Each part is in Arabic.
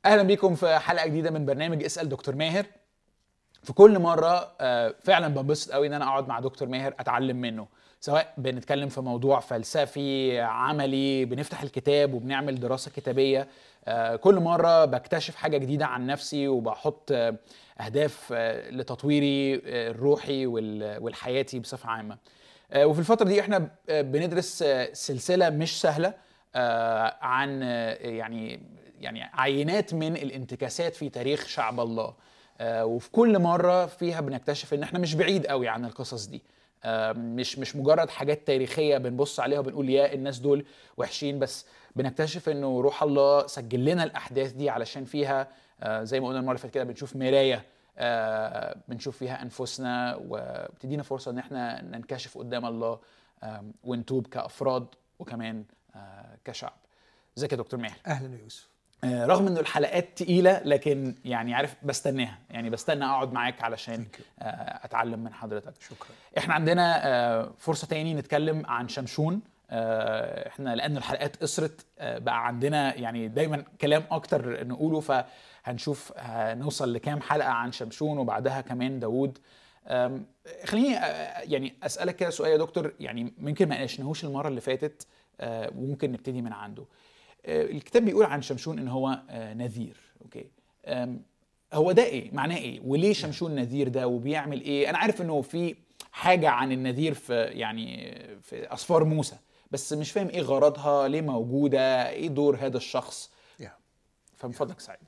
اهلا بيكم في حلقه جديده من برنامج اسال دكتور ماهر. في كل مره فعلا بنبسط قوي ان انا اقعد مع دكتور ماهر اتعلم منه، سواء بنتكلم في موضوع فلسفي عملي، بنفتح الكتاب وبنعمل دراسه كتابيه. كل مره بكتشف حاجه جديده عن نفسي وبحط اهداف لتطويري الروحي والحياتي بصفه عامه. وفي الفتره دي احنا بندرس سلسله مش سهله عن يعني عينات من الانتكاسات في تاريخ شعب الله. وفي كل مرة فيها بنكتشف ان احنا مش بعيد قوي عن القصص دي. مش مجرد حاجات تاريخية بنبص عليها وبنقول يا الناس دول وحشين، بس بنكتشف انه روح الله سجل لنا الاحداث دي علشان فيها زي ما قلنا المرة اللي فاتت كده بنشوف مراية، بنشوف فيها انفسنا وبتدينا فرصة ان احنا ننكشف قدام الله ونتوب كأفراد وكمان كشعب. ازيك يا دكتور ماهر؟ اهلا يا يوسف. رغم انه الحلقات تقيلة لكن يعني عارف بستناها، يعني بستنى اقعد معاك علشان اتعلم من حضرتك. شكرا. احنا عندنا فرصة تاني نتكلم عن شمشون. احنا لان الحلقات قصرت بقى عندنا يعني دايما كلام اكتر نقوله، فهنشوف هنوصل لكام حلقة عن شمشون وبعدها كمان داود. خليني يعني اسألك كده سؤال يا دكتور، يعني ممكن ما ناقشناهوش المرة اللي فاتت وممكن نبتدي من عنده. الكتاب بيقول عن شمشون ان هو نذير. اوكي، هو ده ايه معناه ايه وليه شمشون نذير ده وبيعمل ايه؟ انا عارف انه في حاجه عن النذير في يعني في اسفار موسى، بس مش فاهم ايه غرضها، ليه موجوده، ايه دور هذا الشخص. فمن فضلك ساعدني.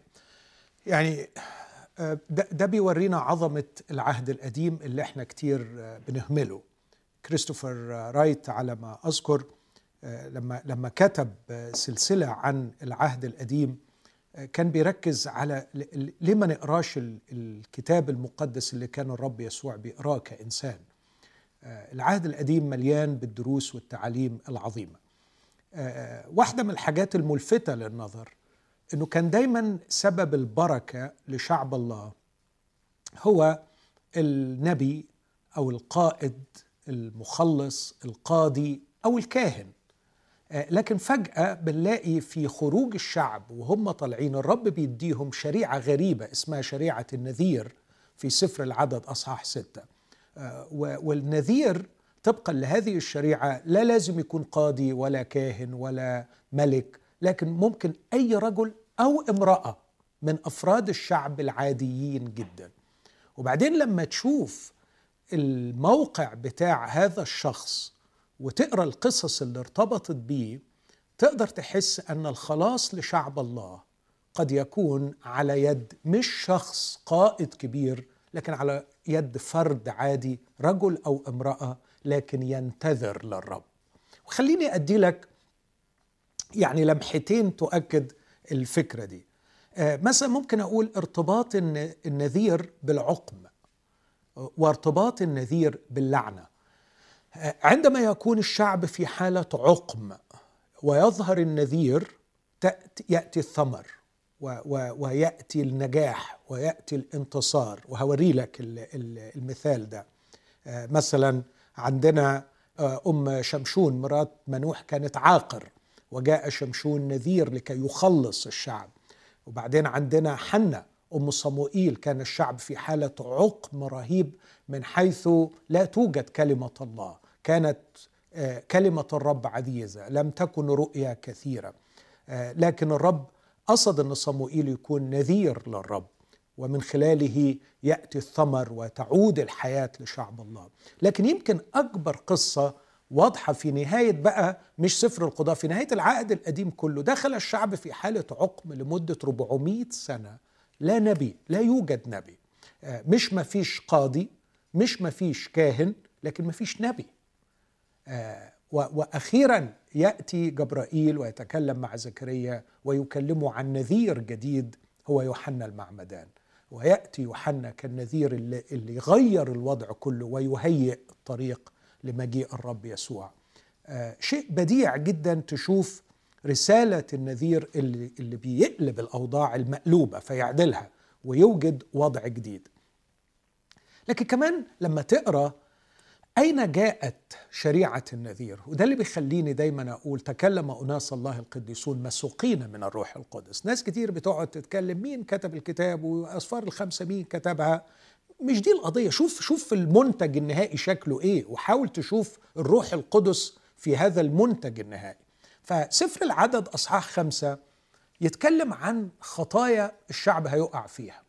يعني ده بيورينا عظمه العهد القديم اللي احنا كتير بنهمله. كريستوفر رايت على ما اذكر لما كتب سلسلة عن العهد القديم كان بيركز على ليه ما نقراش الكتاب المقدس اللي كان الرب يسوع بيقراه كإنسان. العهد القديم مليان بالدروس والتعاليم العظيمة. واحدة من الحاجات الملفتة للنظر إنه كان دايما سبب البركة لشعب الله هو النبي أو القائد المخلص القاضي أو الكاهن. لكن فجأة بنلاقي في خروج الشعب وهم طالعين الرب بيديهم شريعة غريبة اسمها شريعة النذير في سفر العدد أصحاح 6. والنذير طبقا لهذه الشريعة لا لازم يكون قاضي ولا كاهن ولا ملك، لكن ممكن أي رجل أو امرأة من أفراد الشعب العاديين جدا. وبعدين لما تشوف الموقع بتاع هذا الشخص وتقرأ القصص اللي ارتبطت بيه تقدر تحس أن الخلاص لشعب الله قد يكون على يد مش شخص قائد كبير، لكن على يد فرد عادي رجل أو امرأة لكن ينتذر للرب. وخليني أدي لك يعني لمحتين تؤكد الفكرة دي. مثلا ممكن أقول ارتباط النذير بالعقم وارتباط النذير باللعنة. عندما يكون الشعب في حالة عقم ويظهر النذير يأتي الثمر ويأتي النجاح ويأتي الانتصار. وهوري لك المثال ده. مثلا عندنا شمشون مرات منوح كانت عاقر وجاء شمشون نذير لكي يخلص الشعب. وبعدين عندنا حنة صموئيل كان الشعب في حالة عقم رهيب من حيث لا توجد كلمة الله، كانت كلمة الرب عزيزة، لم تكن رؤيا كثيرة، لكن الرب قصد أن صموئيل يكون نذير للرب ومن خلاله يأتي الثمر وتعود الحياة لشعب الله. لكن يمكن أكبر قصة واضحة في نهاية بقى مش سفر القضاء، في نهاية العهد القديم كله دخل الشعب في حالة عقم لمدة 400 سنة، لا نبي، لا يوجد نبي، مش ما فيش قاضي، مش ما فيش كاهن، لكن ما فيش نبي. وأخيرا يأتي جبرائيل ويتكلم مع زكريا ويكلمه عن نذير جديد هو يوحنا المعمدان. ويأتي يوحنا كالنذير اللي يغير الوضع كله ويهيئ الطريق لمجيء الرب يسوع. شيء بديع جدا تشوف رسالة النذير اللي بيقلب الأوضاع المقلوبة فيعدلها ويوجد وضع جديد. لكن كمان لما تقرأ أين جاءت شريعة النذير؟ وده اللي بيخليني دايما أقول تكلم أناس الله القديسون مسوقين من الروح القدس. ناس كتير بتقعد تتكلم مين كتب الكتاب وأسفار الخمسة مين كتبها. مش دي القضية. شوف المنتج النهائي شكله إيه، وحاول تشوف الروح القدس في هذا المنتج النهائي. فسفر العدد أصحاح 5 يتكلم عن خطايا الشعب هيقع فيها،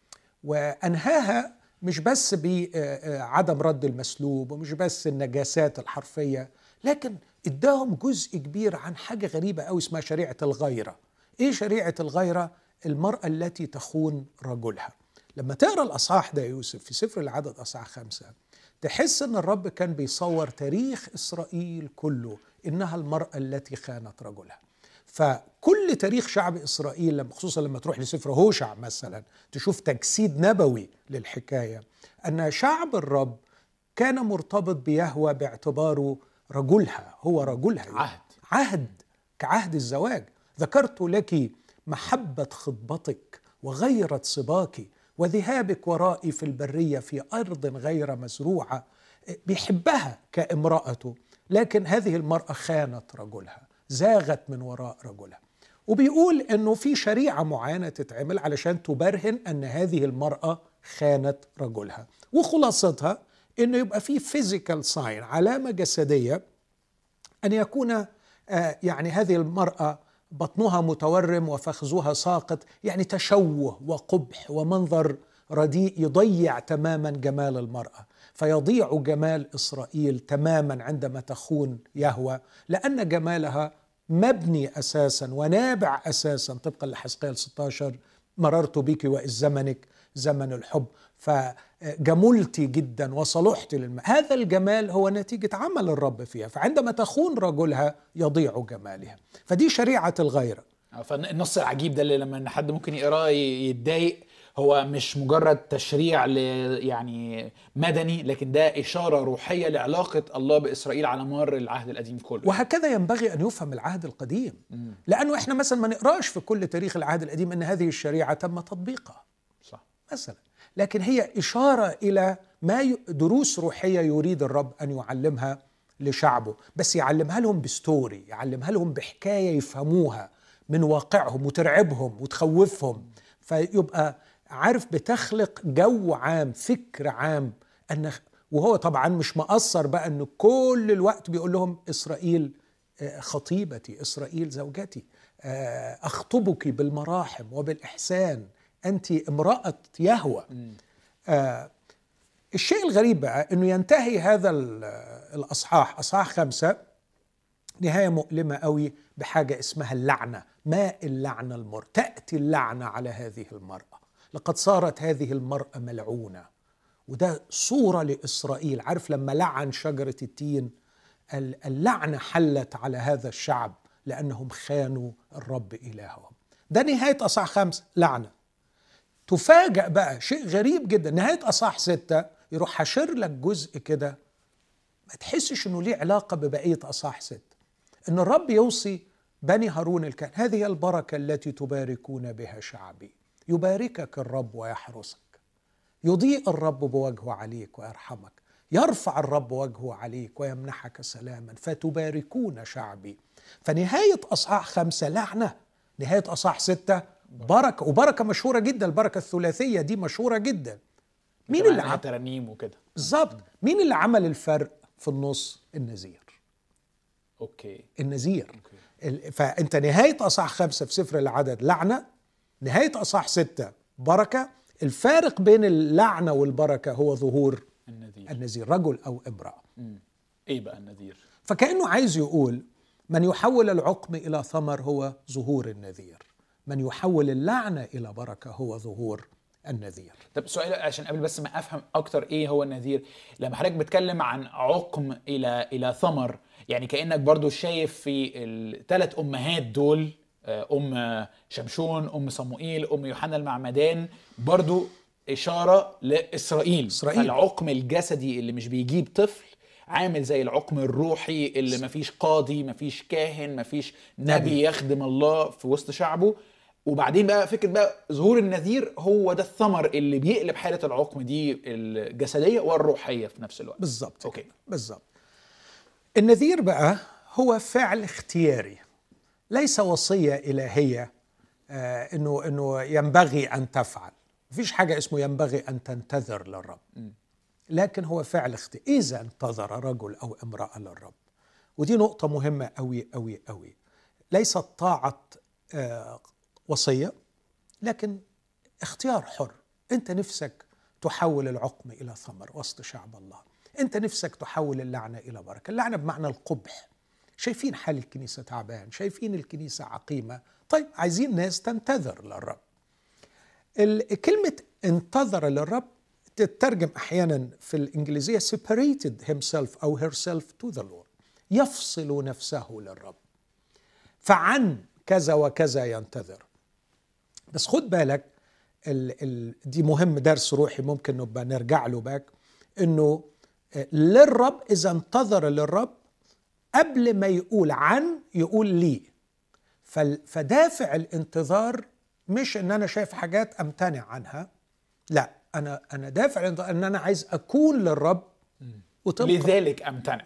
وأنهاها مش بس بعدم رد المسلوب ومش بس النجاسات الحرفية، لكن اداهم جزء كبير عن حاجة غريبة أوي اسمها شريعة الغيرة. إيه شريعة الغيرة؟ المرأة التي تخون رجلها. لما تقرأ الأصحاح ده يوسف في سفر العدد أصحاح 5 تحس أن الرب كان بيصور تاريخ إسرائيل كله إنها المرأة التي خانت رجلها. فكل تاريخ شعب إسرائيل خصوصا لما تروح لسفر هوشع مثلا تشوف تجسيد نبوي للحكاية، أن شعب الرب كان مرتبط بيهوى باعتباره رجلها، هو رجلها، عهد كعهد الزواج. ذكرت لك محبة خطبتك وغيرة صباك وذهابك ورائي في البرية في أرض غير مزروعة. بيحبها كامرأته، لكن هذه المرأة خانت رجلها، زاغت من وراء رجلها. وبيقول أنه في شريعة معينة تتعمل علشان تبرهن أن هذه المرأة خانت رجلها، وخلاصتها أنه يبقى في فيزيكال ساين، علامة جسدية، أن يكون يعني هذه المرأة بطنها متورم وفخذها ساقط، يعني تشوه وقبح ومنظر رديء يضيع تماما جمال المرأة. فيضيع جمال إسرائيل تماما عندما تخون يهوه، لأن جمالها مبني أساسا ونابع أساسا طبقا لحزقيال 16 مررت بك وإذ زمنك زمن الحب فجملت جدا وصلحت هذا الجمال هو نتيجة عمل الرب فيها، فعندما تخون رجلها يضيع جمالها. فدي شريعة الغيرة. فالنص العجيب ده اللي لما حد ممكن يقراه يتضايق، هو مش مجرد تشريع يعني مدني، لكن ده إشارة روحية لعلاقة الله بإسرائيل على مر العهد القديم كله. وهكذا ينبغي أن يفهم العهد القديم، لأنه إحنا مثلا ما نقراش في كل تاريخ العهد القديم أن هذه الشريعة تم تطبيقها، صح مثلا، لكن هي إشارة إلى دروس روحية يريد الرب أن يعلمها لشعبه، بس يعلمها لهم بستوري، يعلمها لهم بحكاية يفهموها من واقعهم وترعبهم وتخوفهم، فيبقى عارف بتخلق جو عام، فكر عام، أن وهو طبعا مش مقصر بقى أنه كل الوقت بيقول لهم إسرائيل خطيبتي، إسرائيل زوجتي، أخطبك بالمراحم وبالإحسان، أنت امرأة يهوه. الشيء الغريب بقى أنه ينتهي هذا الأصحاح، أصحاح 5، نهاية مؤلمة قوي بحاجة اسمها اللعنة، ماء اللعنة المر. تأتي اللعنة على هذه المرأة، لقد صارت هذه المرأة ملعونة. وده صورة لإسرائيل. عارف لما لعن شجرة التين، اللعنة حلت على هذا الشعب لأنهم خانوا الرب إلههم. ده نهاية أصحاح 5، لعنة. تفاجأ بقى شيء غريب جدا، نهاية أصحاح 6 يروح حشر لك جزء كده ما تحسش أنه ليه علاقة ببقية أصحاح 6، أن الرب يوصي بني هارون الكهنة: هذه البركة التي تباركون بها شعبي، يباركك الرب ويحرسك، يضيء الرب بوجهه عليك ويرحمك، يرفع الرب وجهه عليك ويمنحك سلاما، فتباركون شعبي. فنهاية أصحاح 5 لعنة، نهاية أصحاح 6 بركة، وبركة مشهورة جدا، البركة الثلاثية دي مشهورة جدا. مين اللي عمل ترانيم وكده بالظبط؟ مين اللي عمل الفرق في النص؟ النذير. النذير. فأنت نهاية أصحاح 5 في سفر العدد لعنة، نهاية أصحاح 6 بركة. الفارق بين اللعنة والبركة هو ظهور النذير، رجل أو امرأة. إيه بقى النذير؟ فكأنه عايز يقول من يحول العقم إلى ثمر هو ظهور النذير، من يحول اللعنة إلى بركة هو ظهور النذير. طب سؤال عشان قبل بس ما أفهم أكتر إيه هو النذير، لما حضرتك بتكلم عن عقم إلى ثمر، يعني كأنك برضو شايف في الثلاث أمهات دول، أم شمشون، أم صموئيل، أم يوحنا المعمدان، برضو إشارة لإسرائيل. فالعقم الجسدي اللي مش بيجيب طفل عامل زي العقم الروحي اللي مفيش قاضي، مفيش كاهن، مفيش نبي يخدم الله في وسط شعبه، وبعدين بقى فكره بقى ظهور النذير هو ده الثمر اللي بيقلب حاله العقم دي الجسديه والروحيه في نفس الوقت. بالظبط. اوكي بالظبط. النذير بقى هو فعل اختياري، ليس وصيه الهيه انه ينبغي ان تفعل. مفيش حاجه اسمه ينبغي ان تنتظر للرب، لكن هو فعل اختياري. اذا انتظر رجل او امراه للرب، ودي نقطه مهمه قوي قوي قوي، ليست طاعه وصيه، لكن اختيار حر. انت نفسك تحول العقم الى ثمر وسط شعب الله، انت نفسك تحول اللعنه الى بركه. اللعنه بمعنى القبح. شايفين حال الكنيسه تعبان، شايفين الكنيسه عقيمه، طيب عايزين ناس تنتظر للرب. كلمه انتظر للرب تترجم احيانا في الانجليزيه separated himself او herself to the Lord، يفصل نفسه للرب، فعن كذا وكذا ينتظر. بس خد بالك، دي مهم، درس روحي ممكن نبقى نرجع له باك، انه للرب اذا انتظر للرب قبل ما يقول عن يقول لي. فدافع الانتظار مش ان انا شايف حاجات امتنع عنها، لا، انا دافع الانتظار ان انا عايز اكون للرب لذلك امتنع.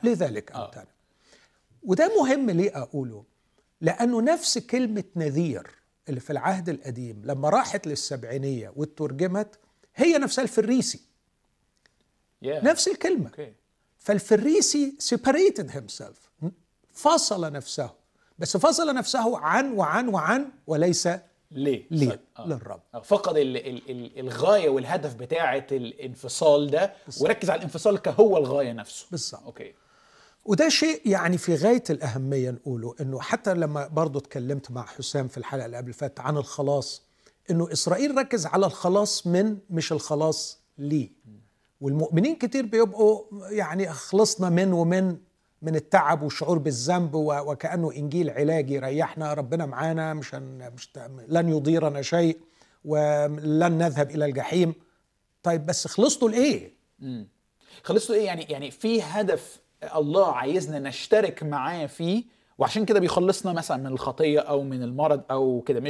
وده مهم ليه اقوله؟ لانه نفس كلمه نذير اللي في العهد القديم لما راحت للسبعينيه واترجمت هي نفسها الفريسي، نفس الكلمه. فالفريسي separated himself، فصل نفسه، بس فصل نفسه عن وعن وعن وليس ليه للرب. فقد الغايه والهدف بتاعه الانفصال ده، وركز على الانفصال كهو الغايه نفسه. بالظبط. اوكي. وده شيء يعني في غايه الاهميه نقوله، انه حتى لما برضو اتكلمت مع حسام في الحلقه اللي قبل فاتت عن الخلاص، انه اسرائيل ركز على الخلاص مش الخلاص ليه. والمؤمنين كتير بيبقوا يعني خلصنا من التعب والشعور بالذنب، وكأنه إنجيل علاجي، ريحنا ربنا معانا، لن يضيرنا شيء ولن نذهب إلى الجحيم. طيب بس خلصتوا لإيه؟ خلصتوا إيه؟ يعني في هدف الله عايزنا نشترك معاه فيه، وعشان كده بيخلصنا مثلا من الخطية أو من المرض أو كده.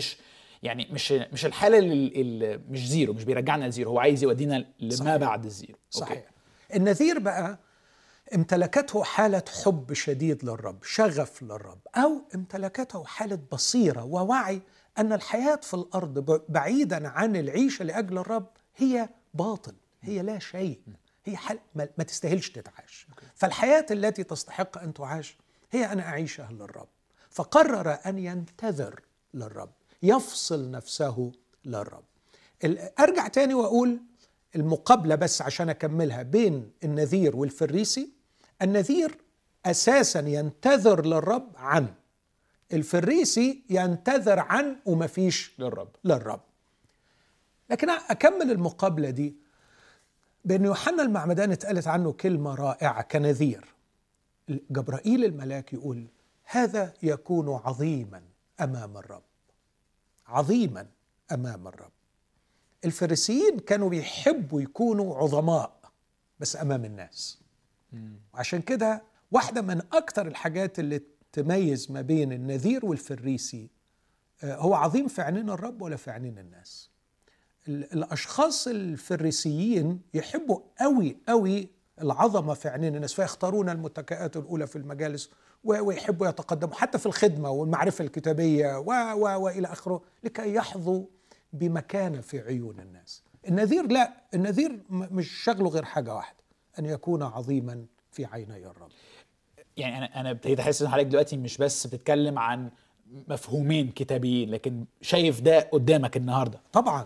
مش الحالة اللي مش زيرو، مش بيرجعنا لزيرو، هو عايز يودينا لما بعد الزيرو. صحيح. أوكي. النذير بقى امتلكته حالة حب شديد للرب، شغف للرب، أو امتلكته حالة بصيرة ووعي أن الحياة في الأرض بعيدا عن العيشة لأجل الرب هي باطل، هي لا شيء، هي حال ما تستاهلش تتعاش. فالحياة التي تستحق أن تعاش هي أنا أعيشها للرب. فقرر أن ينتظر للرب، يفصل نفسه للرب. أرجع تاني وأقول المقابلة بس عشان أكملها بين النذير والفريسي. النذير أساسا ينتظر للرب عن، الفريسي ينتظر عن وما فيش للرب. لكن أكمل المقابلة دي بأن يوحنا المعمدان اتقالت عنه كلمة رائعة كنذير. جبرائيل الملاك يقول هذا يكون عظيما أمام الرب، عظيما أمام الرب. الفريسيين كانوا بيحبوا يكونوا عظماء بس أمام الناس. وعشان كده واحدة من أكتر الحاجات اللي تميز ما بين النذير والفريسي هو عظيم في عينين الرب ولا في عينين الناس. الأشخاص الفريسيين يحبوا قوي قوي العظمة في عينين الناس، فيختارون المتكئات الأولى في المجالس، ويحبوا يتقدموا حتى في الخدمة والمعرفة الكتابية وإلى آخره، لكي يحظوا بمكانة في عيون الناس. النذير لا، النذير مش شغله غير حاجة واحدة، أن يكون عظيما في عيني الرب. يعني أنا ابتديت أحس إن حضرتك دلوقتي مش بس بتتكلم عن مفهومين كتابيين، لكن شايف ده قدامك النهاردة. طبعا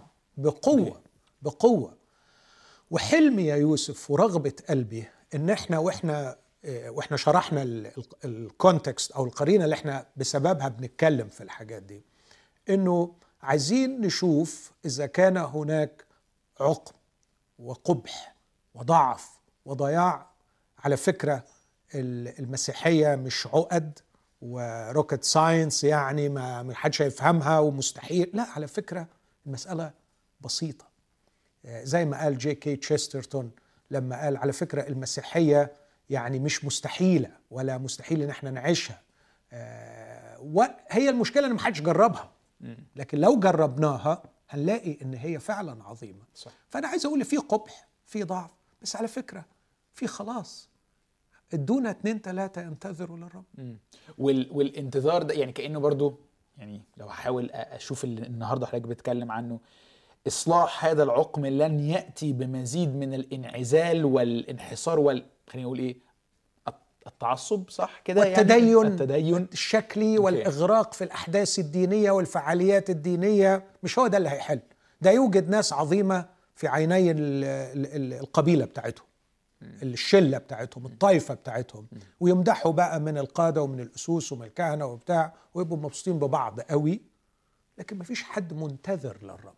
بقوة. وحلمي يا يوسف ورغبة قلبي إن وإحنا شرحنا الكونتكست أو القرينة اللي إحنا بسببها بنتكلم في الحاجات دي، إنه عايزين نشوف إذا كان هناك عقم وقبح وضعف وضياع. على فكرة المسيحية مش عقد وروكت ساينس، يعني ما حدش هيفهمها ومستحيل، لا، على فكرة المسألة بسيطة. زي ما قال جي كي تشسترتون لما قال على فكرة المسيحية يعني مش مستحيلة ولا مستحيل ان احنا نعيشها، وهي المشكلة ان محدش جربها. لكن لو جربناها هنلاقي ان هي فعلا عظيمة. صح. فانا عايز اقول في قبح، في ضعف، بس على فكرة في خلاص. ادونا 2 3 ينتظروا للرب. والانتظار ده يعني كأنه برضو، يعني لو هحاول اشوف اللي النهارده حضرتك بتتكلم عنه، اصلاح هذا العقم لن ياتي بمزيد من الانعزال والانحصار خلينا نقول ايه، التعصب، صح كده؟ والتدين يعني التدين الشكلي والاغراق في الاحداث الدينيه والفعاليات الدينيه، مش هو ده اللي هيحل. ده يوجد ناس عظيمه في عيني القبيله بتاعتهم، الشله بتاعتهم، الطائفه بتاعتهم، ويمدحوا بقى من القاده ومن الاسوس ومن الكهنه وبتاع، ويبقوا مبسوطين ببعض قوي، لكن مفيش حد منتظر للرب.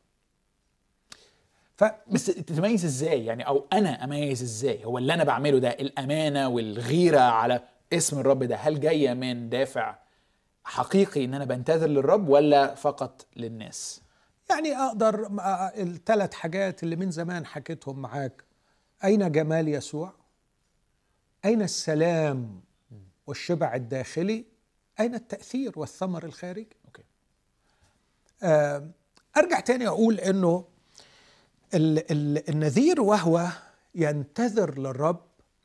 بس تتميز ازاي يعني، او انا اميز ازاي هو اللي انا بعمله ده الامانه والغيره على اسم الرب ده، هل جايه من دافع حقيقي ان انا بنتظر للرب ولا فقط للناس؟ يعني اقدر 3 حاجات اللي من زمان حكيتهم معاك: اين جمال يسوع؟ اين السلام والشبع الداخلي؟ اين التاثير والثمر الخارجي؟ اوكي. ارجع تاني اقول انه النذير وهو ينتظر للرب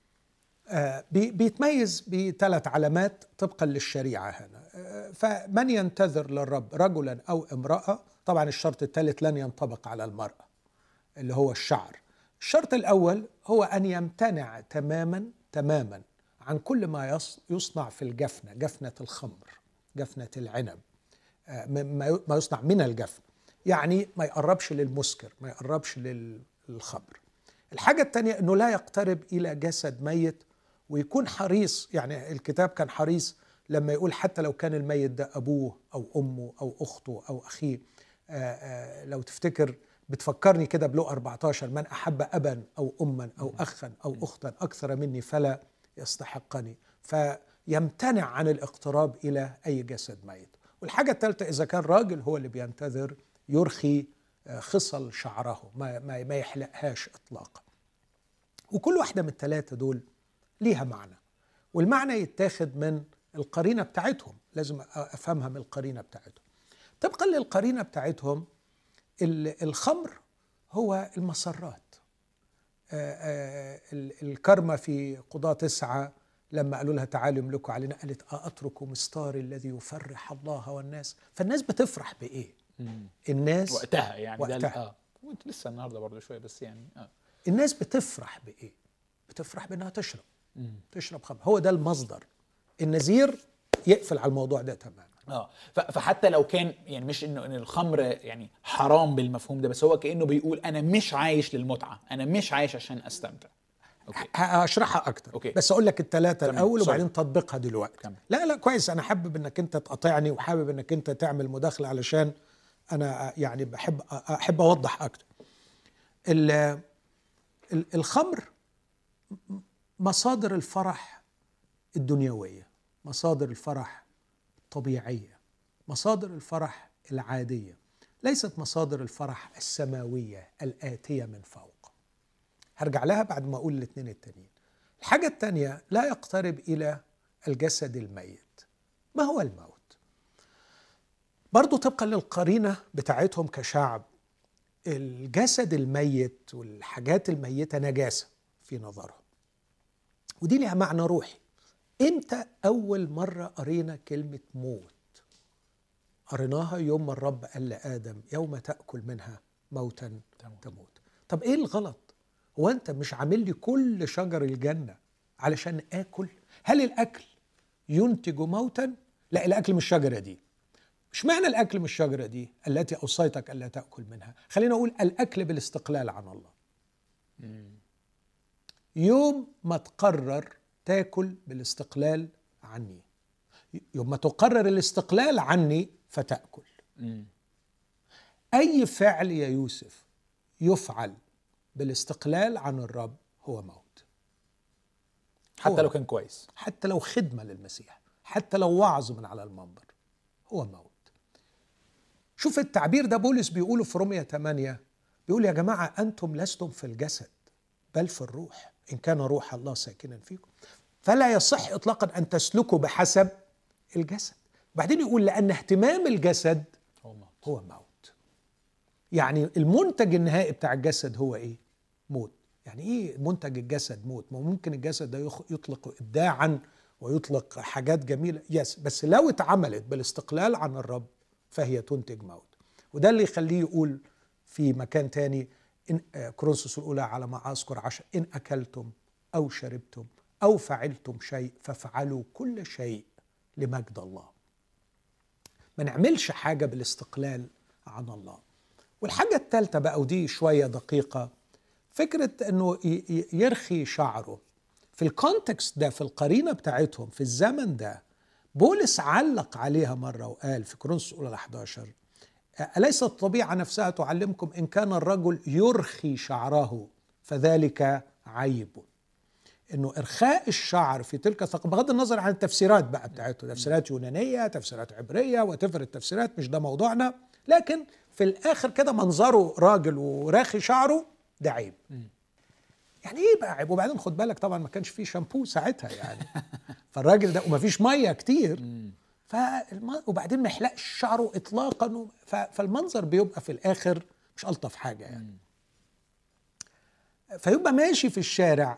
بيتميز ب3 علامات طبقا للشريعة هنا. فمن ينتظر للرب رجلا أو امرأة، طبعا الشرط الثالث لن ينطبق على المرأة اللي هو الشعر. الشرط الأول هو أن يمتنع تماما عن كل ما يصنع في الجفنة، جفنة الخمر، جفنة العنب، ما يصنع من الجفن، يعني ما يقربش للمسكر، ما يقربش للخمر. الحاجة الثانية أنه لا يقترب إلى جسد ميت، ويكون حريص. يعني الكتاب كان حريص لما يقول حتى لو كان الميت ده أبوه أو أمه أو أخته أو أخيه. لو تفتكر بتفكرني كده بلقا 14: من أحب أبا أو أما أو أخا أو أختا أكثر مني فلا يستحقني. فيمتنع عن الاقتراب إلى أي جسد ميت. والحاجة الثالثة، إذا كان راجل هو اللي بينتظر، يرخي خصل شعره، ما يحلقهاش إطلاقا. وكل واحدة من ال3 دول ليها معنى، والمعنى يتاخد من القرينة بتاعتهم، لازم أفهمها من القرينة بتاعتهم. طبقا للقرينة بتاعتهم، الخمر هو المسرات. الكرمة في قضاة 9 لما قالوا لها تعالوا املكوا علينا، قالت أترك مستار الذي يفرح الله والناس. فالناس بتفرح بإيه؟ الناس وقتها يعني وقتها. وانت لسه النهارده برضه شويه بس يعني الناس بتفرح بإيه؟ بتفرح بأنها تشرب خمر. هو ده المصدر. النذير يقفل على الموضوع ده تماما. فحتى لو كان يعني مش انه ان الخمر يعني حرام بالمفهوم ده، بس هو كأنه بيقول انا مش عايش للمتعه، انا مش عايش عشان استمتع. هشرحها اكتر. أوكي. بس اقول لك ال3 الاول وبعدين تطبيقها دلوقتي. لا كويس، انا حابب انك انت تقاطعني وحابب انك انت تعمل مداخله، علشان انا يعني احب اوضح اكتر. الخمر مصادر الفرح الدنيويه، مصادر الفرح الطبيعيه، مصادر الفرح العاديه، ليست مصادر الفرح السماويه الاتيه من فوق. هرجع لها بعد ما أقول 2 التانيين. الحاجة التانية، لا يقترب إلى الجسد الميت. ما هو الموت؟ برضو طبقا للقرينة بتاعتهم كشعب، الجسد الميت والحاجات الميتة نجاسة في نظرهم، ودي لها معنى روحي. إمتى أول مرة قرينا كلمة موت؟ قريناها يوم ما الرب قال لآدم: يوم تأكل منها موتا تموت. طب إيه الغلط؟ هو أنت مش عامل لي كل شجر الجنة علشان آكل؟ هل الأكل ينتج موتا؟ لا، الأكل من الشجرة دي. مش معنى الأكل من الشجرة دي التي أوصيتك ألا تأكل منها، خلينا أقول الأكل بالاستقلال عن الله. يوم ما تقرر تاكل بالاستقلال عني، يوم ما تقرر الاستقلال عني فتأكل. أي فعل يا يوسف يفعل بالاستقلال عن الرب هو موت، حتى لو كان كويس، حتى لو خدمة للمسيح، حتى لو وعظ من على المنبر، هو موت. شوف التعبير ده بولس بيقوله في رومية 8، بيقول: يا جماعة أنتم لستم في الجسد بل في الروح، إن كان روح الله ساكنا فيكم، فلا يصح إطلاقا أن تسلكوا بحسب الجسد. بعدين يقول: لأن اهتمام الجسد هو موت. يعني المنتج النهائي بتاع الجسد هو ايه؟ موت. يعني ايه منتج الجسد؟ موت. ما ممكن الجسد ده يطلق ابداعا ويطلق حاجات جميله، بس لو اتعملت بالاستقلال عن الرب فهي تنتج موت. وده اللي يخليه يقول في مكان تاني إن كورنثوس الأولى على ما أذكر 10: إن أكلتم أو شربتم أو فعلتم شيء فافعلوا كل شيء لمجد الله. ما نعملش حاجة بالاستقلال عن الله. والحاجة الثالثة بقى، ودي شوية دقيقة، فكرة أنه يرخي شعره. في الكونتكست ده، في القرينة بتاعتهم في الزمن ده، بولس علق عليها مرة وقال في كورنثوس الأولى 11: أليست الطبيعة نفسها تعلمكم إن كان الرجل يرخي شعره فذلك عيب؟ إنه إرخاء الشعر في تلك الثقافة، بغض النظر عن التفسيرات بقى بتاعته، تفسيرات يونانية، تفسيرات عبرية، وتفر التفسيرات، مش ده موضوعنا، لكن في الآخر كده منظره راجل وراخي شعره ده عيب. يعني إيه بقى عيب؟ وبعدين خد بالك طبعا ما كانش فيه شامبو ساعتها يعني فالراجل ده، وما فيش مية كتير، وبعدين ما يحلقش شعره اطلاقا، فالمنظر بيبقى في الاخر مش الطف حاجه يعني. فيبقى ماشي في الشارع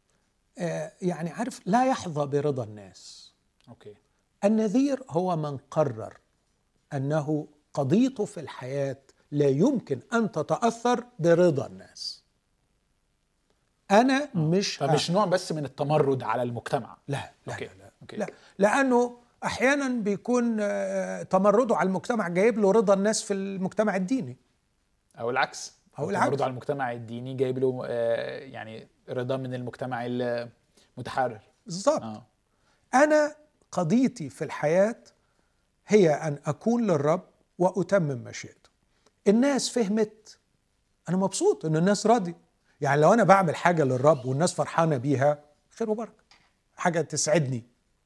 يعني عارف، لا يحظى برضا الناس. اوكي. النذير هو من قرر انه قضيته في الحياه لا يمكن ان تتاثر برضا الناس. انا مش فمش نوع بس من التمرد على المجتمع. لا لا أوكي. لا, لا, أوكي. لا لانه احيانا بيكون تمرده على المجتمع جايب له رضا الناس في المجتمع الديني، او العكس، تمرده على المجتمع الديني جايب له يعني رضا من المجتمع المتحرر. بالظبط. انا قضيتي في الحياه هي ان اكون للرب واتمم مشيئته. الناس فهمت، انا مبسوط ان الناس راضي. يعني لو انا بعمل حاجه للرب والناس فرحانه بيها، خير وبركه، حاجه تسعدني،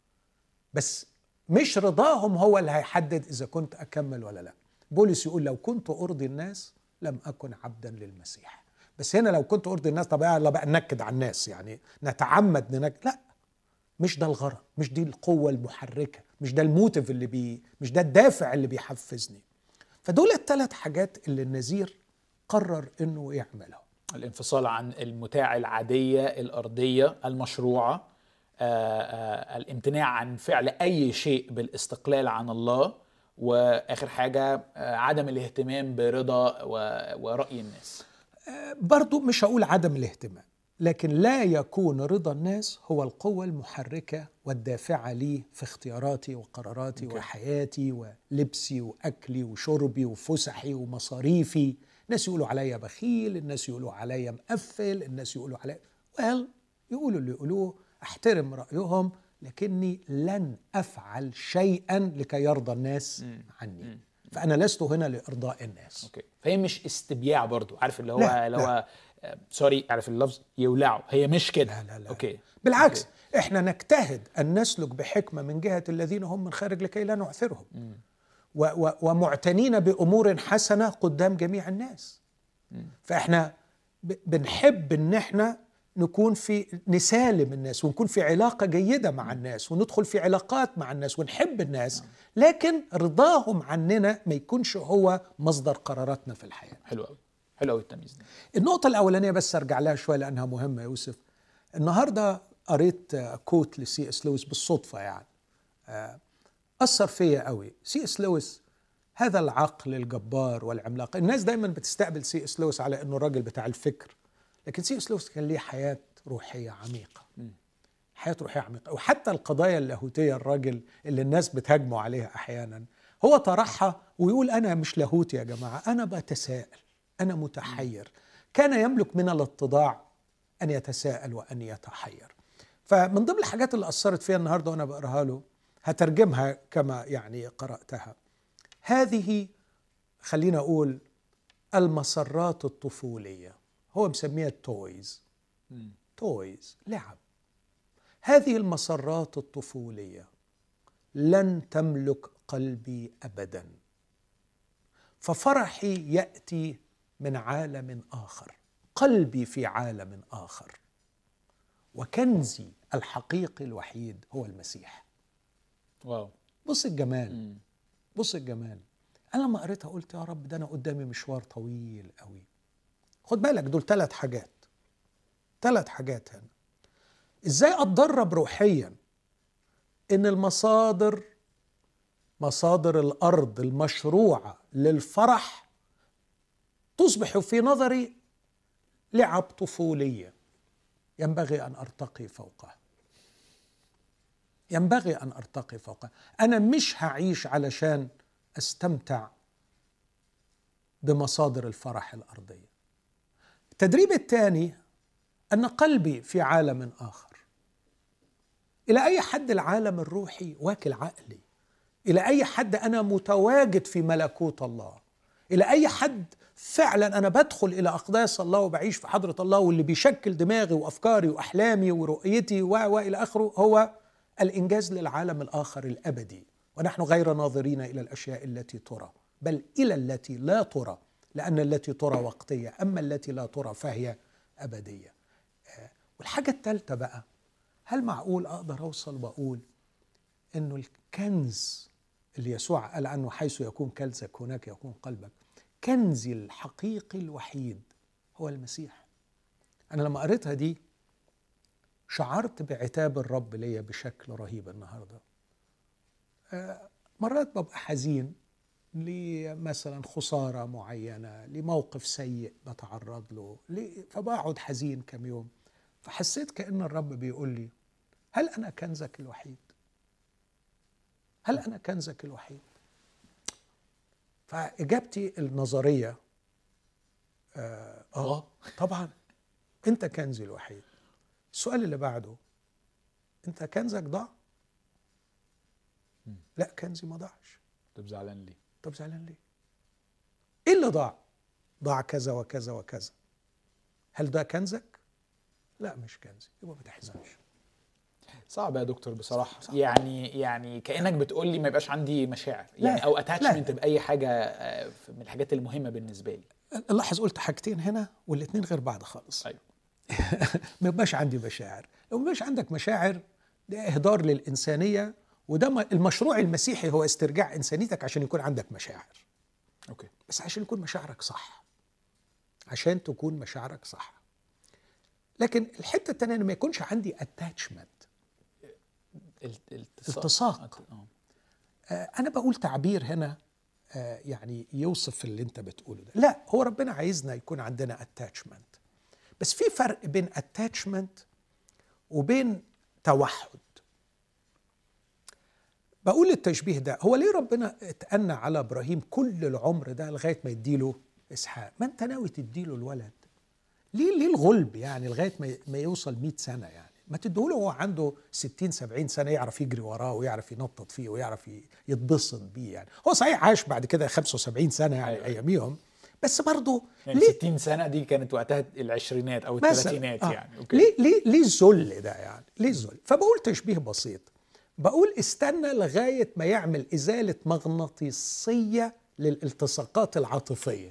بس مش رضاهم هو اللي هيحدد إذا كنت أكمل ولا لا. بولس يقول: لو كنت أرضي الناس لم أكن عبدا للمسيح. بس هنا لو كنت أرضي الناس، طب يلا بقى ننكد على الناس، يعني نتعمد ننكد؟ لا، مش ده الغرض، مش دي القوة المحركة، مش ده الموتيف مش ده الدافع اللي بيحفزني. فدول الثلاث حاجات اللي النذير قرر إنه يعملها: الانفصال عن المتاع العادية الأرضية المشروعة، الامتناع عن فعل أي شيء بالاستقلال عن الله، وآخر حاجة عدم الاهتمام برضا ورأي الناس. برضو مش هقول عدم الاهتمام، لكن لا يكون رضا الناس هو القوة المحركة والدافعة لي في اختياراتي وقراراتي وحياتي ولبسي وأكلي وشربي وفسحي ومصاريفي. الناس يقولوا عليا بخيل، الناس يقولوا عليا مقفل، الناس يقولوا عليا يقولوا اللي يقولوه، احترم رأيهم، لكني لن أفعل شيئا لكي يرضى الناس عني. فأنا لست هنا لإرضاء الناس. أوكي. فهي مش استبياع برضو، عارف اللي هو لا. سوري، عارف اللفظ يولعوا، هي مش كده. لا. أوكي. بالعكس، أوكي. احنا نجتهد أن نسلك بحكمة من جهة الذين هم من خارج لكي لا نعثرهم، ومعتنين بأمور حسنة قدام جميع الناس. فاحنا بنحب ان احنا نكون نسالم الناس، ونكون في علاقة جيدة مع الناس، وندخل في علاقات مع الناس، ونحب الناس، لكن رضاهم عننا ما يكونش هو مصدر قراراتنا في الحياة. حلو قوي، حلو قوي التمييز ده. النقطة الأولانية بس أرجع لها شوية لأنها مهمة يا يوسف. النهاردة قريت كوت لسي اس لويس بالصدفة، يعني أثر فيا قوي. سي اس لويس هذا العقل الجبار والعملاق. الناس دايما بتستقبل سي اس لويس على أنه الراجل بتاع الفكر، لكن سي اس لويس كان ليه حياة روحية عميقة، حياة روحية عميقة. وحتى القضايا اللاهوتية، الراجل اللي الناس بتهاجموا عليها أحيانا، هو طرحها ويقول: أنا مش لاهوتي يا جماعة، أنا بتساءل، أنا متحير. كان يملك من الاتضاع أن يتساءل وأن يتحير. فمن ضمن الحاجات اللي أثرت فيها النهاردة وأنا بقراها له، هترجمها كما يعني قرأتها. هذه خلينا أقول المسرات الطفولية، هو مسميها تويز، لعب. هذه المسرات الطفولية لن تملك قلبي أبدا، ففرحي يأتي من عالم آخر، قلبي في عالم آخر، وكنزي الحقيقي الوحيد هو المسيح. واو. بص الجمال، بص الجمال. أنا لما قريتها قلت يا رب ده أنا قدامي مشوار طويل قوي. خد بالك دول 3 حاجات، 3 حاجات هنا. إزاي أتدرب روحيا إن مصادر الأرض المشروعة للفرح تصبح في نظري لعب طفولية ينبغي أن أرتقي فوقها، ينبغي أن أرتقي فوقها. أنا مش هعيش علشان أستمتع بمصادر الفرح الأرضية. التدريب الثاني أن قلبي في عالم آخر. إلى أي حد العالم الروحي واكل عقلي، إلى أي حد أنا متواجد في ملكوت الله، إلى أي حد فعلا أنا بدخل إلى أقداس الله وبعيش في حضرة الله، واللي بيشكل دماغي وأفكاري وأحلامي ورؤيتي وإلى آخره هو الإنجاز للعالم الآخر الأبدي. ونحن غير ناظرين إلى الأشياء التي ترى بل إلى التي لا ترى، لأن التي ترى وقتية أما التي لا ترى فهي أبدية. والحاجة الثالثة بقى، هل معقول أقدر أوصل وأقول إنه الكنز اللي يسوع قال عنه حيث يكون كنزك هناك يكون قلبك، كنزي الحقيقي الوحيد هو المسيح؟ أنا لما قريتها دي شعرت بعتاب الرب ليا بشكل رهيب النهاردة. مرات ببقى حزين لمثلا خسارة معينة، لموقف سيء بتعرض له، فبقعد حزين كم يوم، فحسيت كأن الرب بيقول لي هل أنا كنزك الوحيد؟ هل أنا كنزك الوحيد؟ فإجابتي النظرية طبعا أنت كنزي الوحيد. السؤال اللي بعده، أنت كنزك ضاع؟ لا، كنزي ما ضاعش. طب زعلان ليه؟ إيه اللي ضاع؟ ضاع كذا وكذا وكذا. هل ده كنزك؟ لا مش كنزي، يبقى ما تحزنش. صعب يا دكتور بصراحة. صعب. يعني كأنك بتقول لي ما يبقاش عندي مشاعر يعني أو اتاتشمنت بأي حاجة من الحاجات المهمة بالنسبة لي. لاحظ قلت حاجتين هنا والاثنين غير بعض خالص. أيوه. ما يبقاش عندي مشاعر. لو ما يبقاش عندك مشاعر ده إهدار للإنسانية، وده المشروع المسيحي هو استرجاع إنسانيتك عشان يكون عندك مشاعر. أوكي. بس عشان يكون مشاعرك صح، عشان تكون مشاعرك صح. لكن الحتة التانية أن ما يكونش عندي attachment، التصاق. أنا بقول تعبير هنا يعني يوصف اللي أنت بتقوله ده. لا، هو ربنا عايزنا يكون عندنا attachment، بس في فرق بين attachment وبين توحد. بقول التشبيه ده، هو ليه ربنا اتأنى على إبراهيم كل العمر ده لغاية ما يديله إسحاق؟ ما أنت ناوي تديله الولد، ليه الغلب يعني لغاية ما يوصل 100 سنة؟ يعني ما تديهوله وهو عنده 60-70 سنة يعرف يجري وراه ويعرف ينطط فيه ويعرف يتبسط بيه. يعني هو صحيح عاش بعد كده 75 سنة يعني أياميهم، بس برضه يعني 60 سنة دي كانت وقتها العشرينات أو الثلاثينات يعني. أوكي. ليه الذل ده يعني؟ ليه الذل؟ فبقول تشبيه بسيط، بقول استنى لغاية ما يعمل إزالة مغناطيسية للالتصاقات العاطفية،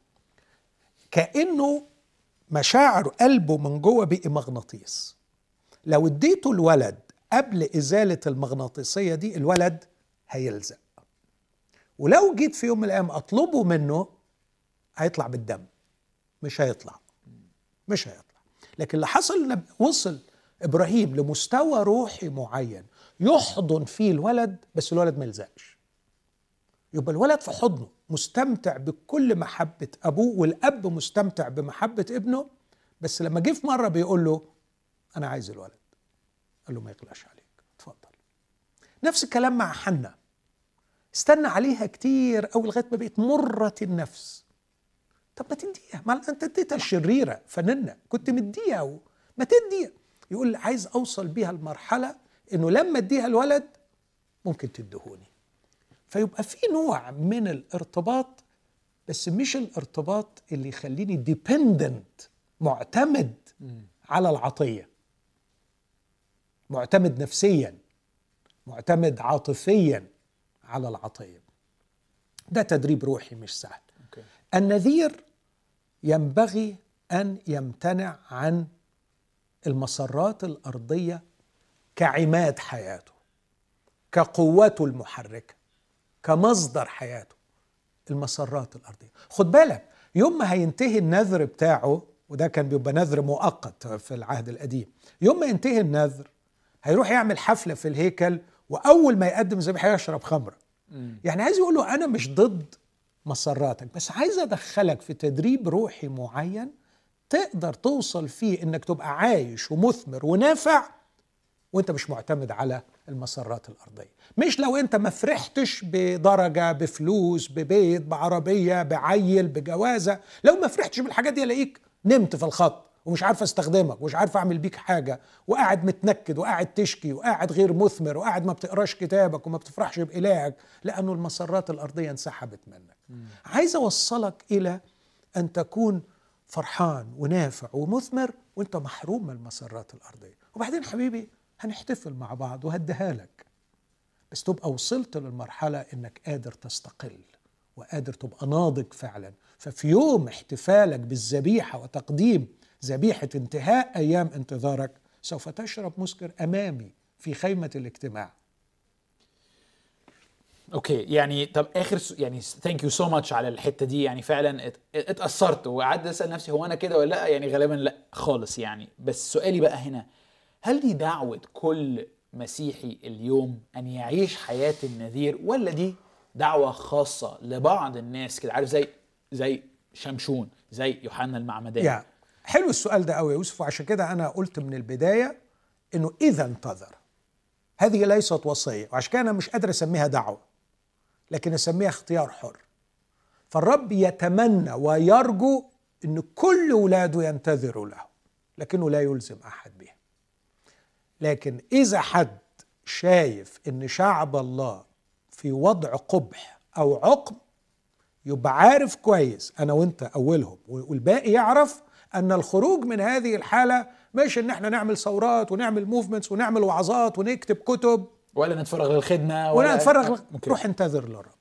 كأنه مشاعر قلبه من جوه بقي مغناطيس. لو اديته الولد قبل إزالة المغناطيسية دي الولد هيلزق، ولو جيت في يوم من الأيام أطلبه منه هيطلع بالدم، مش هيطلع. لكن اللي حصل وصل إبراهيم لمستوى روحي معين يحضن فيه الولد، بس الولد ما يلزقش. يبقى الولد في حضنه مستمتع بكل محبة أبوه، والأب مستمتع بمحبة ابنه، بس لما جه في مرة بيقول له أنا عايز الولد، قال له ما يقلقش عليك، اتفضل. نفس الكلام مع حنة، استنى عليها كتير أو لغاية ما بقت مرة النفس. طب ما تديها، ما أنت اديتها الشريرة فننة، كنت مديها ما تديها. يقول عايز أوصل بيها المرحلة إنه لما اديها الولد ممكن تدهوني. فيبقى في نوع من الارتباط، بس مش الارتباط اللي يخليني ديبندنت، معتمد على العطية، معتمد نفسيا، معتمد عاطفيا على العطية. ده تدريب روحي مش سهل. النذير ينبغي أن يمتنع عن المسارات الأرضية كعماد حياته، كقوته المحركة، كمصدر حياته. المسرات الأرضية. خد بالك يوم ما هينتهي النذر بتاعه، وده كان بيبقى نذر مؤقت في العهد القديم، يوم ما ينتهي النذر هيروح يعمل حفلة في الهيكل، وأول ما يقدم ذبيحة يشرب خمرة. يعني عايز يقول له أنا مش ضد مسراتك، بس عايز أدخلك في تدريب روحي معين تقدر توصل فيه إنك تبقى عايش ومثمر ونافع وانت مش معتمد على المسرات الأرضية. مش لو انت ما فرحتش بدرجة، بفلوس، ببيت، بعربية، بعيل، بجوازة، لو ما فرحتش بالحاجات دي الاقيك نمت في الخط ومش عارف استخدمك ومش عارف اعمل بيك حاجة، وقاعد متنكد وقاعد تشكي وقاعد غير مثمر وقاعد ما بتقراش كتابك وما بتفرحش بإلهك لأنه المسرات الأرضية انسحبت منك. عايز أوصلك إلى أن تكون فرحان ونافع ومثمر وانت محروم من المسرات الأرضية. وبعدين حبيبي هنحتفل مع بعض وهديها لك، بس تبقى وصلت للمرحلة انك قادر تستقل وقادر تبقى ناضج فعلا. ففي يوم احتفالك بالذبيحة وتقديم ذبيحة انتهاء ايام انتظارك سوف تشرب مسكر امامي في خيمة الاجتماع. اوكي، يعني طب اخر يعني ثانك يو سو ماتش على الحته دي. يعني فعلا اتاثرت وقعدت اسال نفسي هو انا كده ولا لا؟ يعني غالبا لا خالص. يعني بس سؤالي بقى هنا، هل دي دعوه كل مسيحي اليوم ان يعيش حياه النذير، ولا دي دعوه خاصه لبعض الناس كده، عارف زي شمشون، زي يوحنا المعمدان؟ يا حلو السؤال ده قوي يا يوسف، وعشان كده انا قلت من البدايه انه اذا انتظر هذه ليست وصيه، وعشان كده انا مش قادر اسميها دعوه لكن اسميها اختيار حر. فالرب يتمنى ويرجو ان كل اولاده ينتظروا له، لكنه لا يلزم احد به. لكن اذا حد شايف ان شعب الله في وضع قبح او عقم، يبقى عارف كويس انا وانت اولهم والباقي يعرف ان الخروج من هذه الحاله مش ان احنا نعمل ثورات ونعمل موفمنتس ونعمل وعظات ونكتب كتب ولا نتفرغ للخدمه ولا نتفرغ. روح انتظر للرب.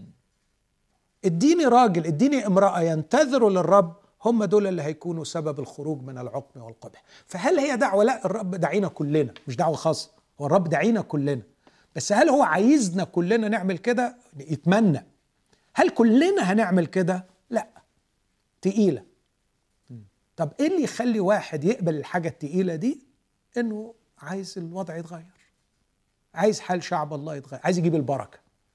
اديني راجل، اديني امرأة ينتظروا للرب، هم دول اللي هيكونوا سبب الخروج من العقم والقبح. فهل هي دعوة؟ لا، الرب دعينا كلنا، مش دعوة خاصة، هو الرب دعينا كلنا. بس هل هو عايزنا كلنا نعمل كده؟ يتمنى. هل كلنا هنعمل كده؟ لا، تقيلة. طب ايه اللي يخلي واحد يقبل الحاجة التقيلة دي؟ انه عايز الوضع يتغير، عايز حال شعب الله يتغير، عايز يجيب البركة،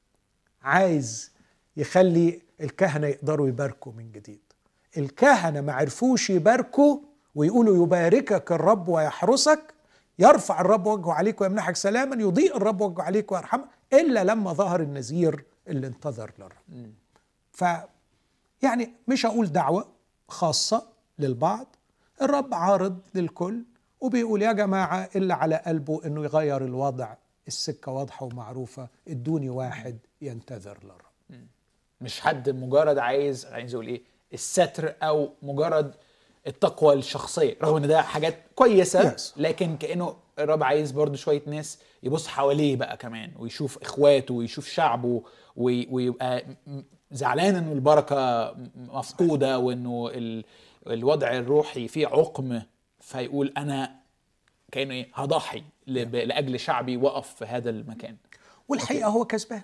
عايز يخلي الكهنة يقدروا يباركوا من جديد. الكهنة ما عرفوش يباركوا ويقولوا يباركك الرب ويحرسك، يرفع الرب وجهه عليك ويمنحك سلاما، يضيء الرب وجهه عليك ويرحمك، إلا لما ظهر النذير اللي انتظر للرب. يعني مش هقول دعوة خاصة للبعض، الرب عارض للكل وبيقول يا جماعة اللي على قلبه انه يغير الوضع، السكة واضحة ومعروفة، ادوني واحد ينتظر للرب. مش حد مجرد عايز اقول ايه الستر او مجرد التقوى الشخصيه، رغم ان ده حاجات كويسه لكن كانه الرب عايز برضو شويه ناس يبص حواليه بقى كمان ويشوف اخواته ويشوف شعبه ويبقى زعلان انه البركه مفقوده وانه الوضع الروحي فيه عقم، فيقول انا كانه ايه هضحي لاجل شعبي وقف في هذا المكان. والحقيقه هو كسبان،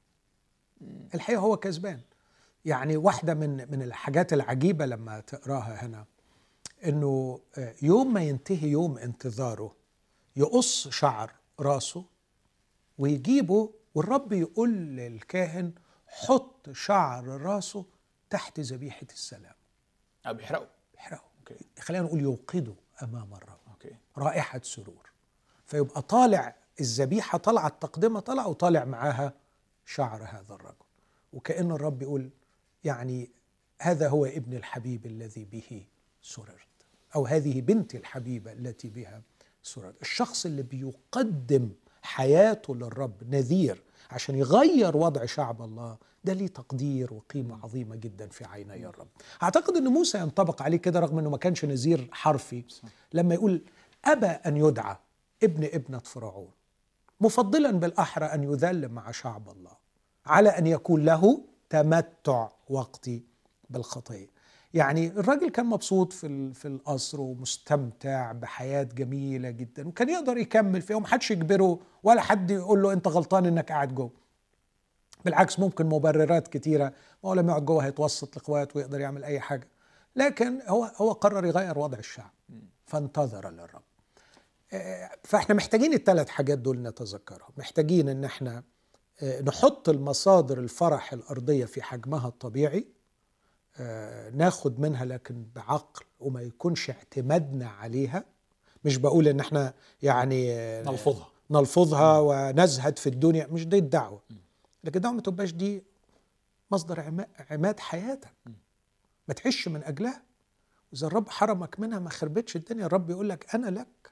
الحقيقه هو كسبان. يعني واحده من الحاجات العجيبه لما تقراها هنا انه يوم ما ينتهي يوم انتظاره يقص شعر راسه ويجيبه، والرب يقول للكاهن حط شعر راسه تحت ذبيحه السلام. بيحرقه خلينا نقول يوقده امام الرب. رائحه سرور. فيبقى طالع الذبيحه، طالعه التقدمه، طالعه وطالع معاها شعر هذا الرجل، وكأن الرب يقول يعني هذا هو ابن الحبيب الذي به سررت، أو هذه بنت الحبيبة التي بها سررت. الشخص اللي بيقدم حياته للرب نذير عشان يغير وضع شعب الله، ده ليه تقدير وقيمة عظيمة جدا في عيني الرب. أعتقد أن موسى ينطبق عليه كده رغم أنه ما كانش نذير حرفي، لما يقول أبى أن يدعى ابنة فرعون، مفضلا بالأحرى أن يذل مع شعب الله على أن يكون له تمتع وقتي بالخطية. يعني الراجل كان مبسوط في القصر ومستمتع بحياة جميلة جدا، وكان يقدر يكمل فيها ومحدش يجبره ولا حد يقول له أنت غلطان أنك قاعد جوه. بالعكس ممكن مبررات كتيرة، ما هو لما يقعد جوه هيتوسط لاخوات ويقدر يعمل اي حاجة، لكن هو قرر يغير وضع الشعب فانتظر للرب. فاحنا محتاجين الثلاث حاجات دول نتذكرهم. محتاجين ان احنا نحط المصادر الفرح الأرضية في حجمها الطبيعي، ناخد منها لكن بعقل وما يكونش اعتمادنا عليها. مش بقول ان احنا يعني نلفظها ونزهد في الدنيا، مش دي الدعوة، لكن الدعوة ما تبقاش دي مصدر عماد حياتك، ما تعيش من أجلها. وإذا الرب حرمك منها ما خربتش الدنيا. الرب يقول لك أنا لك.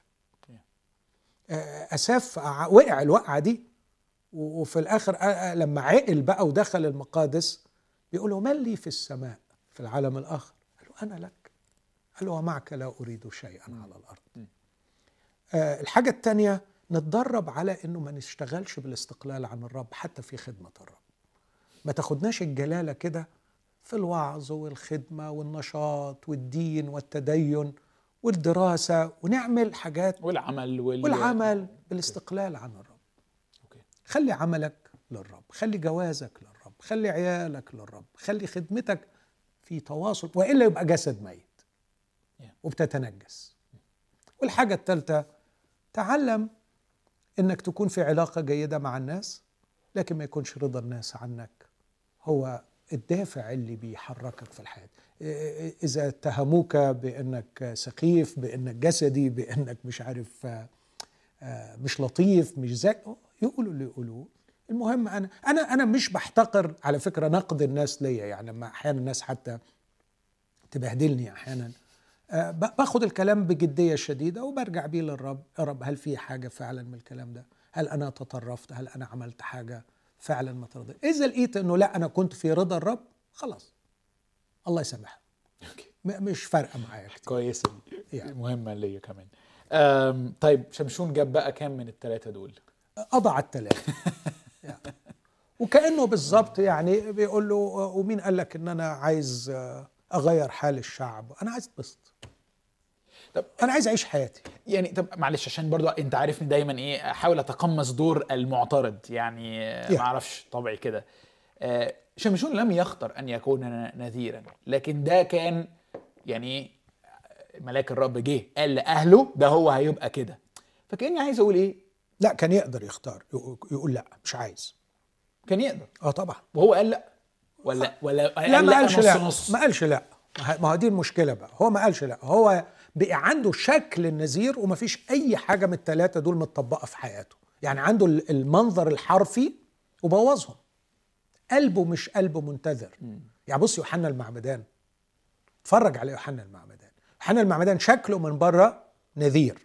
أساف وقع الوقعة دي، وفي الآخر لما عقل بقى ودخل المقادس بيقول له: من لي في السماء في العالم الآخر؟ قال له: أنا لك. قال له: ومعك لا أريد شيئا على الأرض. الحاجة التانية، نتدرب على أنه ما نشتغلش بالاستقلال عن الرب حتى في خدمة الرب. ما تاخدناش الجلالة كده في الوعظ والخدمة والنشاط والدين والتدين والدراسة ونعمل حاجات والعمل بالاستقلال عن الرب. خلي عملك للرب، خلي جوازك للرب، خلي عيالك للرب، خلي خدمتك في تواصل، وإلا يبقى جسد ميت وبتتنجس. والحاجة الثالثة، تعلم إنك تكون في علاقة جيدة مع الناس، لكن ما يكونش رضا الناس عنك هو الدافع اللي بيحركك في الحياة. إذا اتهموك بأنك سخيف، بأنك جسدي، بأنك مش عارف مش لطيف، مش ذكي، يقولوا اللي يقولوه. المهم أنا مش بحتقر على فكرة نقد الناس ليا، يعني لما أحيانا الناس حتى تبهدلني أحيانا، باخد الكلام بجدية شديدة وبرجع بيه للرب. يا رب، هل في حاجة فعلا من الكلام ده؟ هل أنا تطرفت؟ هل أنا عملت حاجة فعلا ما ترضي؟ إذا لقيت أنه لا، أنا كنت في رضا الرب، خلاص الله يسامحها، مش فارقة معايا كتير. كويسة يعني. مهمة ليا كمان. طيب شمشون جاب بقى كام من الثلاثة دول؟ أضع الثلاثة. يعني. وكأنه بالضبط يعني بيقول له: ومين قال لك ان انا عايز اغير حال الشعب؟ انا عايز اتبسط. طب انا عايز اعيش حياتي. يعني طب معلش، عشان برضو انت عارفني دايما ايه، احاول اتقمص دور المعترض يعني. ما اعرفش طبعي كده. شمشون لم يختر ان يكون نذيرا، لكن ده كان يعني ملاك الرب جه قال لاهله ده هو هيبقى كده. فكاني عايز اقول ايه، لا كان يقدر يختار يقول لا مش عايز. كان يقدر طبعا. وهو قال لا ولا لا ما قالش لا نص. ما قالش لا. ما هو دي المشكله بقى، هو ما قالش لا، هو بقى عنده شكل النذير وما فيش اي حاجه من الثلاثه دول متطبقه في حياته. يعني عنده المنظر الحرفي وبوظهم، قلبه مش قلبه منتظر. يعني بص يوحنا المعمدان، اتفرج على يوحنا المعمدان. يوحنا المعمدان شكله من بره نذير،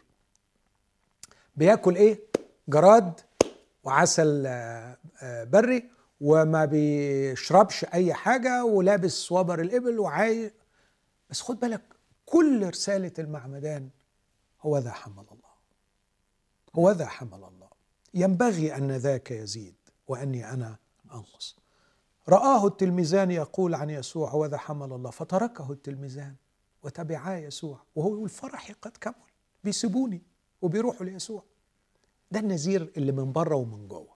بياكل ايه؟ جراد وعسل بري، وما بيشربش اي حاجه، ولابس وبر الابل وعايش. بس خد بالك، كل رساله المعمدان هو ذا حمل الله، هو ذا حمل الله، ينبغي ان ذاك يزيد واني انا انقص. رآه التلميذان يقول عن يسوع هو ذا حمل الله، فتركه التلميذان وتبعا يسوع، وهو يقول فرحي قد كمل، بيسيبوني وبيروحوا ليسوع. ده النذير اللي من بره ومن جوه.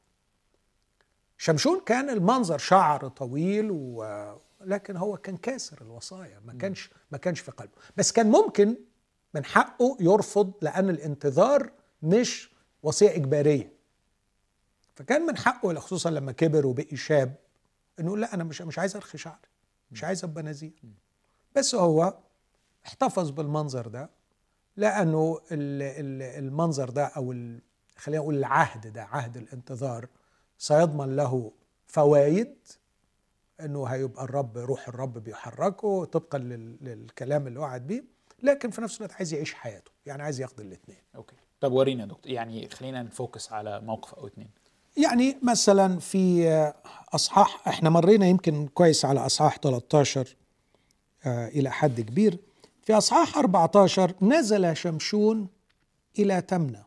شمشون كان المنظر شعر طويل لكن هو كان كاسر الوصايا، ما كانش في قلبه. بس كان ممكن من حقه يرفض، لأن الانتظار مش وصية إجبارية. فكان من حقه، خصوصا لما كبر وبقي شاب، انه لا انا مش عايز ارخي شعري، مش عايز ابقى نذير. بس هو احتفظ بالمنظر ده، لانه المنظر ده او خلينا نقول العهد ده، عهد الانتظار، سيضمن له فوائد، انه هيبقى الرب، روح الرب بيحركه طبقا للكلام اللي وعد بيه، لكن في نفس الوقت عايز يعيش حياته، يعني عايز ياخد الاثنين. اوكي، طب ورينا يا دكتور، يعني خلينا نفوكس على موقف او اتنين. يعني مثلا في أصحاح، احنا مرينا يمكن كويس على أصحاح 13 إلى حد كبير. في أصحاح 14 نزل شمشون إلى تمنى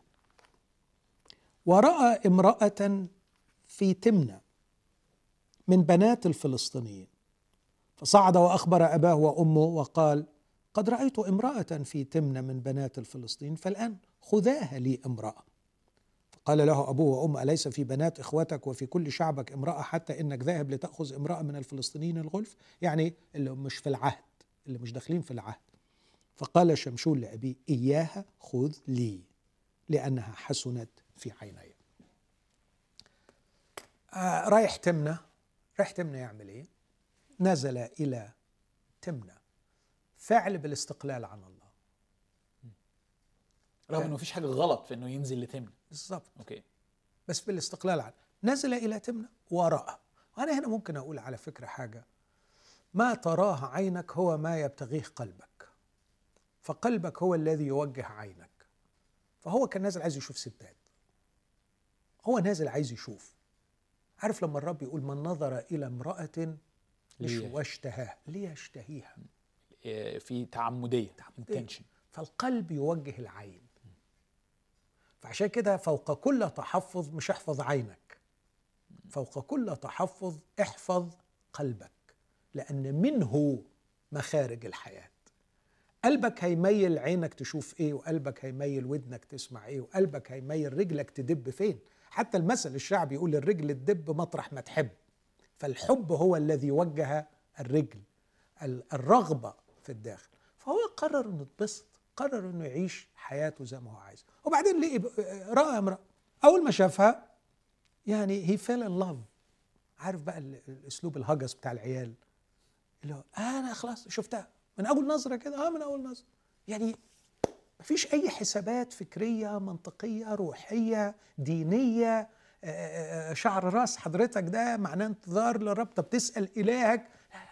ورأى امرأة في تمنى من بنات الفلسطينيين، فصعد وأخبر أباه وأمه وقال: قد رأيت امرأة في تمنى من بنات الفلسطينيين، فالآن خذاها لي امرأة. قال له أبوه وأمه: أليس في بنات إخوتك وفي كل شعبك امرأة، حتى إنك ذاهب لتأخذ امرأة من الفلسطينيين الغلف؟ يعني اللي مش في العهد، اللي مش داخلين في العهد. فقال شمشون لأبيه: إياها خذ لي، لأنها حسنت في عيني. رايح تمنى يعمل إيه؟ نزل إلى تمنى، فعل بالاستقلال عن الله، رغم انه مفيش حاجه غلط في انه ينزل لتمنى. بالضبط، اوكي، بس بالاستقلال عنه. نزل إلى تمنى ورأى. وأنا هنا ممكن أقول على فكرة حاجة: ما تراه عينك هو ما يبتغيه قلبك، فقلبك هو الذي يوجه عينك. فهو كان نازل عايز يشوف ستات، هو نازل عايز يشوف. عارف لما الرب يقول: من نظر إلى امرأة مش واشتهاها ليشتهيها، في تعمدية intention. فالقلب يوجه العين. فعشان كده فوق كل تحفظ مش احفظ عينك، فوق كل تحفظ احفظ قلبك، لأن منه مخارج الحياة. قلبك هيميل عينك تشوف ايه، وقلبك هيميل ودنك تسمع ايه، وقلبك هيميل رجلك تدب فين. حتى المثل الشعبي يقول: الرجل تدب مطرح ما تحب. فالحب هو الذي وجه الرجل، الرغبة في الداخل. فهو قرر انه يتبسط، قرر انه يعيش حياته زي ما هو عايز. وبعدين لقي رأى امرأة، اول ما شافها يعني he fell in love. عارف بقى الاسلوب الهجس بتاع العيال، اللي هو انا خلاص شفتها من اول نظرة كده، من اول نظرة. يعني مفيش اي حسابات فكرية منطقية روحية دينية. شعر راس حضرتك ده معناه انتظار للرب، طب تسأل إلهك.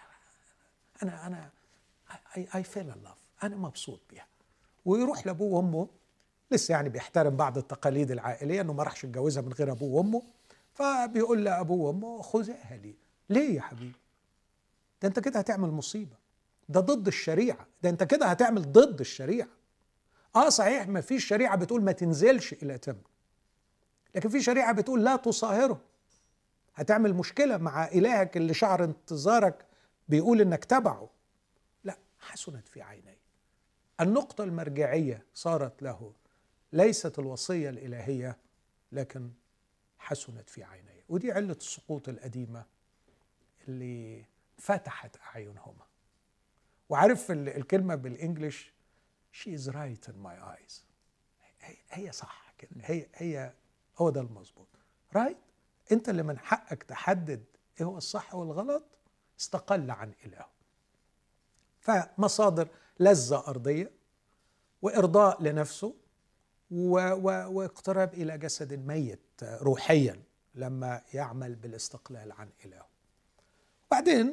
أنا I fell in love، أنا مبسوط بيها. ويروح لأبوه وأمه، لسه يعني بيحترم بعض التقاليد العائلية إنه ما راحش يتجوزها من غير أبوه وأمه، فبيقول لأبوه وأمه: خذها لي. ليه يا حبيبي؟ ده أنت كده هتعمل مصيبة، ده ضد الشريعة، ده أنت كده هتعمل ضد الشريعة. صحيح ما فيش شريعة بتقول ما تنزلش إلى تمنى، لكن في شريعة بتقول لا تصاهره. هتعمل مشكلة مع إلهك اللي شعر انتظارك بيقول إنك تبعه. لا، حسنت في عيني. النقطة المرجعية صارت له ليست الوصية الإلهية، لكن حسنت في عيني. ودي علة السقوط القديمة اللي فتحت أعينهما. وعارف الكلمة بالإنجليش she is right in my eyes، هي صح كده، هو ده المظبوط. right، انت اللي من حقك تحدد ايه هو الصح والغلط. استقل عن إلهه. فمصادر لذة أرضية وإرضاء لنفسه واقتراب إلى جسد ميت روحيا لما يعمل بالاستقلال عن إلهه. بعدين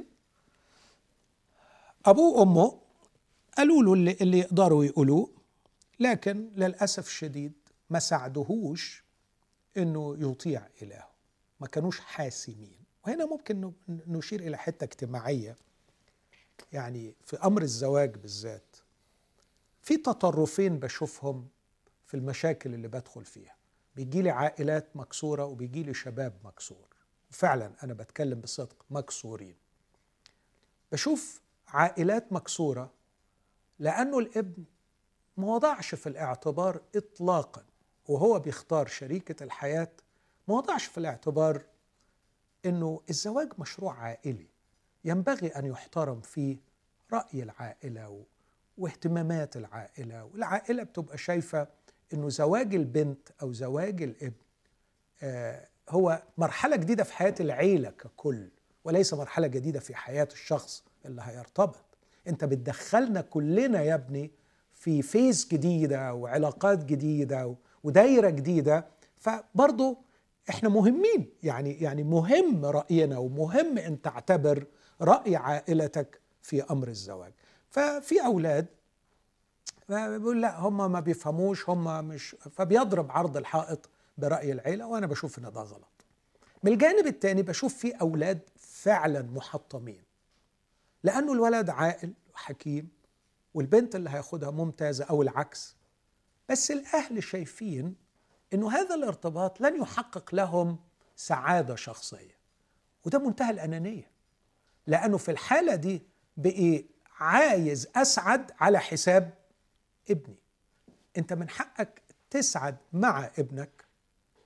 أبوه وأمه قالوا له اللي يقدروا يقولوه، لكن للأسف الشديد ما ساعدوهوش إنه يطيع إلهه، ما كانوش حاسمين. وهنا ممكن نشير إلى حتة اجتماعية، يعني في أمر الزواج بالذات في تطرفين بشوفهم في المشاكل اللي بدخل فيها. بيجي لي عائلات مكسورة وبيجي لي شباب مكسور، فعلا أنا بتكلم بصدق، مكسورين. بشوف عائلات مكسورة لأنه الابن ما وضعش في الاعتبار إطلاقا وهو بيختار شريكة الحياة، ما وضعش في الاعتبار إنه الزواج مشروع عائلي ينبغي أن يحترم فيه رأي العائلة واهتمامات العائلة. والعائلة بتبقى شايفة إنه زواج البنت أو زواج الابن هو مرحلة جديدة في حياة العيلة ككل، وليس مرحلة جديدة في حياة الشخص اللي هيرتبط. أنت بتدخلنا كلنا يا ابني في فيز جديدة وعلاقات جديدة ودايرة جديدة. فبرضو احنا مهمين، يعني مهم رأينا ومهم ان تعتبر رأي عائلتك في امر الزواج. ففي اولاد بيقول لا هم ما بيفهموش، هم مش، فبيضرب عرض الحائط برأي العيلة، وانا بشوف ان ده غلط. من الجانب الثاني بشوف في اولاد فعلا محطمين، لانه الولد عاقل وحكيم والبنت اللي هياخدها ممتازة او العكس، بس الاهل شايفين إنه هذا الارتباط لن يحقق لهم سعادة شخصية، وده منتهى الأنانية. لأنه في الحالة دي بقي عايز أسعد على حساب ابني. أنت من حقك تسعد مع ابنك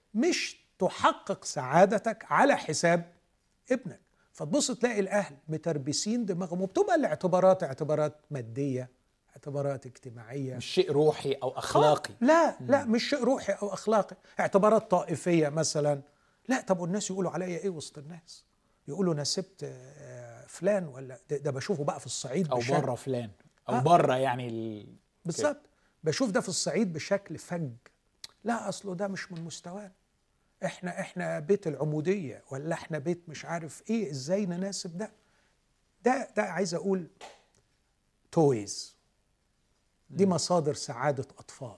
مش تحقق سعادتك على حساب ابنك. فتبص تلاقي الأهل متربسين دماغهم، وبتبقى الاعتبارات اعتبارات مادية، اعتبارات اجتماعية، مش شيء روحي او اخلاقي. لا مش شيء روحي أو أخلاقي، اعتبارات طائفية مثلا. لا، طب والناس يقولوا عليا إيه وسط الناس؟ يقولوا أنا سبت فلان، ولا ده بشوفه بقى في الصعيد او بشكل بره فلان، او بره يعني بالظبط. بشوف ده في الصعيد بشكل فج. لا، أصله ده مش من مستوانا، احنا بيت العمودية، ولا احنا بيت مش عارف ايه، ازاي نناسب ده عايز اقول تويز. دي مصادر سعادة أطفال.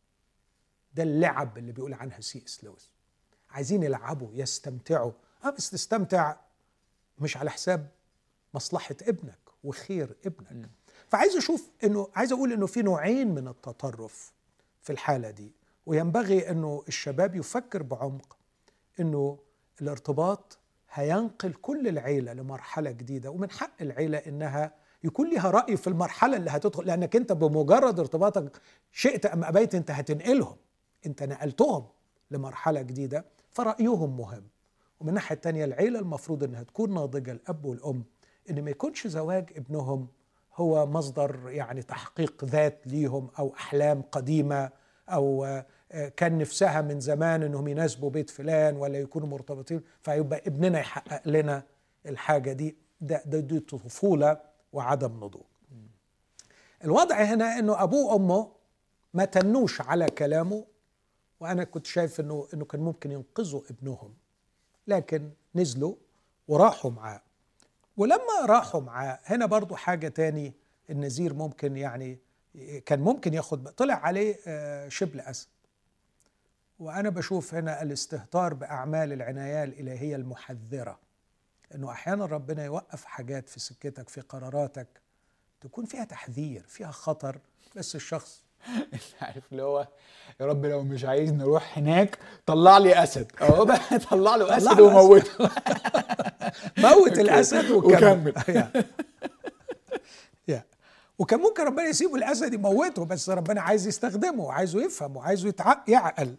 ده اللعب اللي بيقول عنها C.S. لويس. عايزين يلعبوا يستمتعوا، بس تستمتع مش على حساب مصلحة ابنك وخير ابنك. فعايز عايز اقول انه في نوعين من التطرف في الحالة دي، وينبغي انه الشباب يفكر بعمق انه الارتباط هينقل كل العيلة لمرحلة جديدة، ومن حق العيلة انها يكون لها رأي في المرحلة اللي هتدخل، لانك انت بمجرد ارتباطك شئت ام ابيت انت هتنقلهم، انت نقلتهم لمرحلة جديدة، فرأيهم مهم. ومن الناحية التانية العيلة المفروض انها تكون ناضجة، الاب والام، ان ما يكونش زواج ابنهم هو مصدر يعني تحقيق ذات ليهم، او احلام قديمة، او كان نفسها من زمان انهم يناسبوا بيت فلان ولا يكونوا مرتبطين، فيبقى ابننا يحقق لنا الحاجة دي. دي طفولة وعدم نضوج. الوضع هنا انه ابوه وامه ما تنوش على كلامه، وانا كنت شايف انه كان ممكن ينقذوا ابنهم، لكن نزلوا وراحوا معاه. ولما راحوا معاه هنا برضو حاجة تاني، النذير ممكن يعني كان ممكن ياخد، طلع عليه شبل أسد. وأنا بشوف هنا الاستهتار بأعمال العناية الإلهية المحذرة، إنه أحيانا ربنا يوقف حاجات في سكتك، في قراراتك تكون فيها تحذير، فيها خطر، بس الشخص عارف اللي هو يا رب لو مش عايز نروح هناك طلع لي اسد، اهو بقى طلع له اسد وموته. موت الاسد وكمل. وكان ممكن ربنا يسيبه الاسد يموته، بس ربنا عايز يستخدمه، وعايزه يفهم، وعايزه يعقل.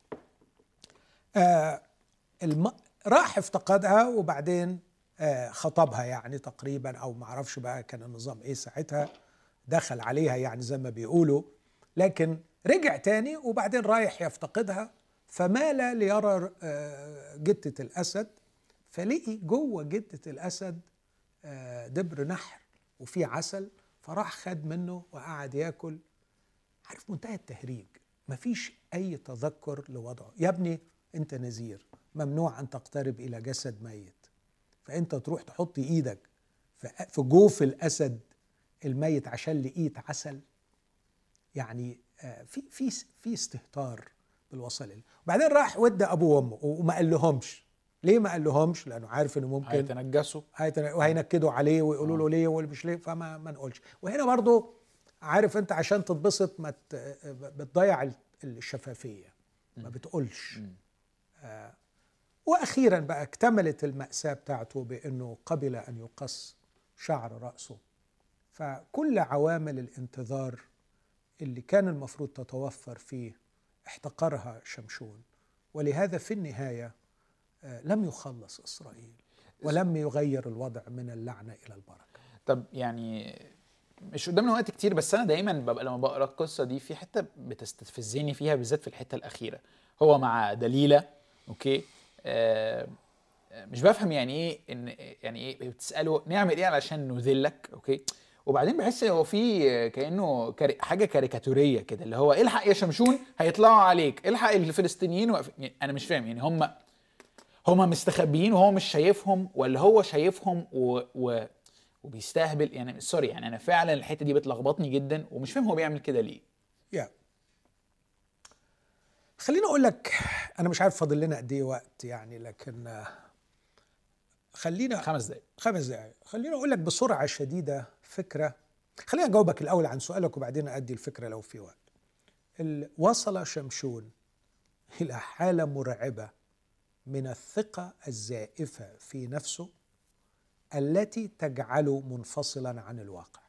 راح افتقدها، وبعدين خطبها يعني تقريبا، او معرفش بقى كان النظام ايه ساعتها، دخل عليها يعني زي ما بيقولوا، لكن رجع تاني، وبعدين رايح يفتقدها، فمال ليرى جتة الأسد، فلقي جوه جتة الأسد دبر نحر وفيه عسل، فراح خد منه وقعد ياكل. عارف منتهى التهريج، مفيش أي تذكر لوضعه. يا ابني أنت نذير، ممنوع أن تقترب إلى جسد ميت، فأنت تروح تحط إيدك في جوف الأسد الميت عشان لقيت عسل. يعني في استهتار بالوصل. وبعدين راح ودى ابوه وامه وما قال لهمش. ليه ما قال لهمش؟ لانه عارف انه ممكن هيتنجسوا وهينكدوا عليه ويقولوا له ليه ومش ليه، فما نقولش. وهنا برضو عارف انت عشان تتبسط ما بتضيع الشفافيه، ما بتقولش. واخيرا بقى اكتملت المأساة بتاعته بانه قبل ان يقص شعر رأسه. فكل عوامل الانتظار اللي كان المفروض تتوفر فيه احتقرها شمشون، ولهذا في النهاية لم يخلص إسرائيل، ولم يغير الوضع من اللعنة إلى البركة. طب يعني مش قدامنا وقت كتير، بس أنا دايما ببقى لما بقرأ القصة دي في حتة بتستفزني فيها، بالذات في الحتة الأخيرة. هو مع دليلة، أوكي، مش بفهم يعني ايه، ان يعني ايه بتساله نعمل ايه علشان نذلك، اوكي، وبعدين بحس هو في كانه حاجه كاريكاتوريه كده، اللي هو الحق يا شمشون هيطلعوا عليك، الحق الفلسطينيين يعني انا مش فاهم، يعني هم مستخبيين وهو مش شايفهم، ولا هو شايفهم وبيستهبل؟ يعني سوري، يعني انا فعلا الحته دي بتلخبطني جدا، ومش فاهم هو بيعمل كده ليه. خليني اقول لك، انا مش عارف فاضل لنا قد ايه وقت يعني، لكن خلينا 5 دقايق. 5 دقايق. خليني اقول لك بسرعه شديده فكره. خليني اجاوبك الاول عن سؤالك وبعدين ادي الفكره لو في وقت. وصل شمشون الى حاله مرعبه من الثقه الزائفه في نفسه التي تجعله منفصلا عن الواقع.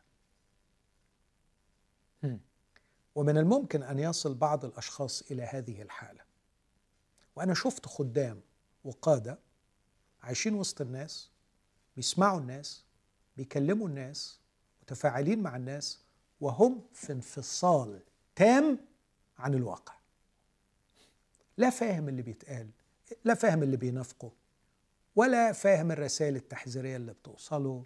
ومن الممكن ان يصل بعض الاشخاص الى هذه الحاله، وأنا شفت خدام وقادة عايشين وسط الناس، بيسمعوا الناس، بيكلموا الناس، متفاعلين مع الناس، وهم في انفصال تام عن الواقع. لا فاهم اللي بيتقال، لا فاهم اللي بينافقه، ولا فاهم الرسائل التحذيرية اللي بتوصله،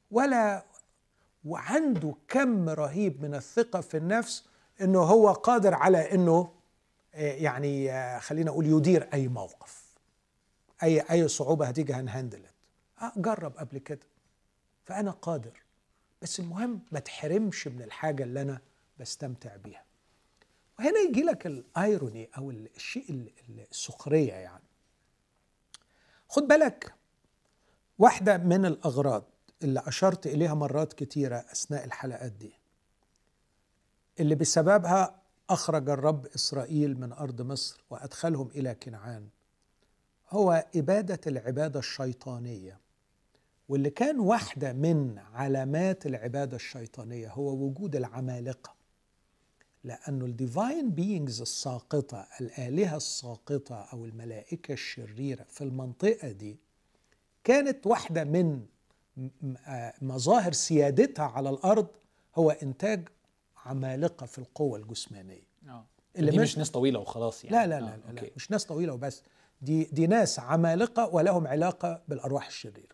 وعنده كم رهيب من الثقة في النفس انه هو قادر على انه يعني خلينا اقول يدير اي موقف، اي صعوبة هتيجي هنهندلت. جرب قبل كده، فانا قادر. بس المهم ما تحرمش من الحاجة اللي انا بستمتع بيها. وهنا يجي لك الايروني او الشيء السخرية. يعني خد بالك، واحدة من الأغراض اللي أشرت إليها مرات كتيرة أثناء الحلقات دي، اللي بسببها أخرج الرب إسرائيل من أرض مصر وأدخلهم إلى كنعان، هو إبادة العبادة الشيطانية. واللي كان واحدة من علامات العبادة الشيطانية هو وجود العمالقة، لأنه الديفاين بينجز الساقطة، الآلهة الساقطة أو الملائكة الشريرة في المنطقة دي، كانت واحدة من مظاهر سيادتها على الأرض هو إنتاج عمالقة في القوة الجسمانية. اللي دي مش ناس طويلة وخلاص يعني. لا مش ناس طويلة وبس، دي ناس عمالقة ولهم علاقة بالأرواح الشريرة.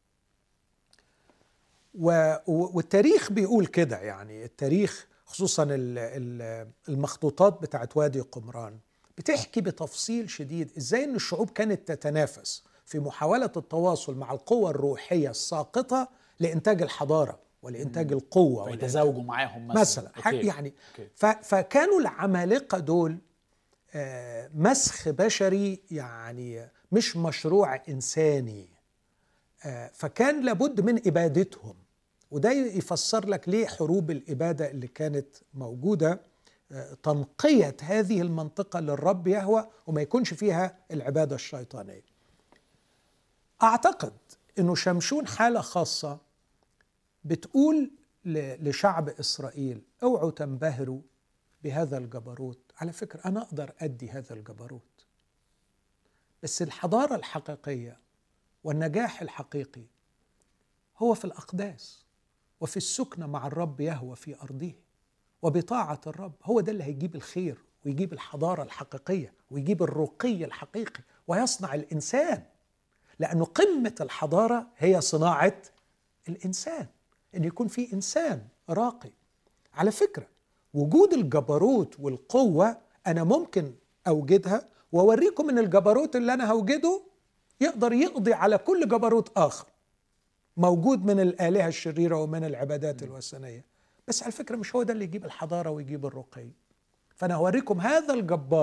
والتاريخ بيقول كده، يعني التاريخ خصوصا المخطوطات بتاعت وادي قمران بتحكي بتفصيل شديد ازاي ان الشعوب كانت تتنافس في محاولة التواصل مع القوة الروحية الساقطة لإنتاج الحضارة ولإنتاج القوة، ويتزاوجوا معاهم مثلا. يعني فكانوا العمالقة دول مسخ بشري، يعني مش مشروع إنساني. فكان لابد من إبادتهم. وده يفسر لك ليه حروب الإبادة اللي كانت موجودة، تنقية هذه المنطقة للرب يهوى وما يكونش فيها العبادة الشيطانية. أعتقد أنه شمشون حالة خاصة بتقول لشعب إسرائيل اوعوا تنبهروا بهذا الجبروت. على فكرة أنا أقدر أدي هذا الجبروت، بس الحضارة الحقيقية والنجاح الحقيقي هو في الأقداس وفي السكنة مع الرب يهوى في أرضه وبطاعة الرب. هو ده اللي هيجيب الخير ويجيب الحضارة الحقيقية ويجيب الرقي الحقيقي ويصنع الإنسان، لأنه قمة الحضارة هي صناعة الإنسان، أن يكون في إنسان راقي. على فكرة وجود الجبروت والقوة أنا ممكن أوجدها وأوريكم أن الجبروت اللي أنا هوجده يقدر يقضي على كل جبروت آخر موجود من الآلهة الشريرة ومن العبادات الوثنية. بس على فكرة مش هو ده اللي يجيب الحضارة ويجيب الرقي. فأنا هوريكم هذا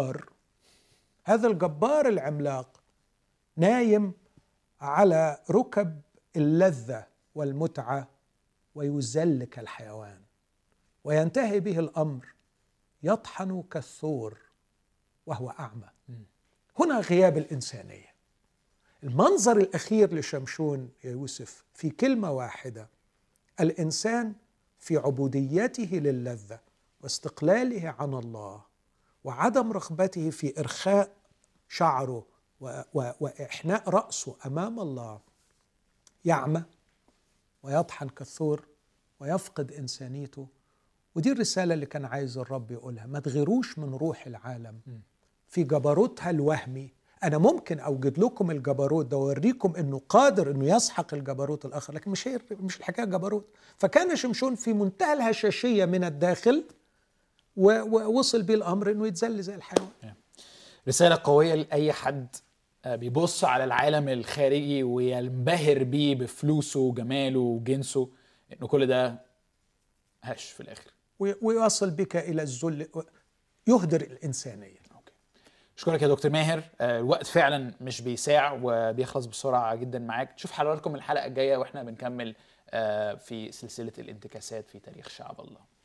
الجبار العملاق نايم على ركب اللذة والمتعة ويذل كالحيوان، وينتهي به الأمر يطحن كالثور وهو أعمى. هنا غياب الإنسانية. المنظر الأخير لشمشون يا يوسف في كلمة واحدة: الإنسان في عبوديته للذة واستقلاله عن الله وعدم رغبته في إرخاء شعره وإحناء رأسه أمام الله يعمى ويطحن كالثور ويفقد إنسانيته. ودي الرسالة اللي كان عايز الرب يقولها: ما تغيروش من روح العالم في جبروتها الوهمي. أنا ممكن أوجد لكم الجبروت ده وأوريكم أنه قادر أنه يسحق الجبروت الآخر، لكن مش الحكاية جبروت. فكان شمشون في منتهى الهشاشية من الداخل ووصل بيه الأمر أنه يتذل زي الحيوان. رسالة قوية لأي حد بيبص على العالم الخارجي وينبهر بيه بفلوسه وجماله وجنسه، إنه كل ده هش في الآخر، ويوصل بك إلى الذل، يهدر الإنسانية. أشكرك يا دكتور ماهر. الوقت فعلا مش بيساع وبيخلص بسرعة جدا معاك. نشوف حضراتكم الحلقة الجاية وإحنا بنكمل في سلسلة الانتكاسات في تاريخ شعب الله.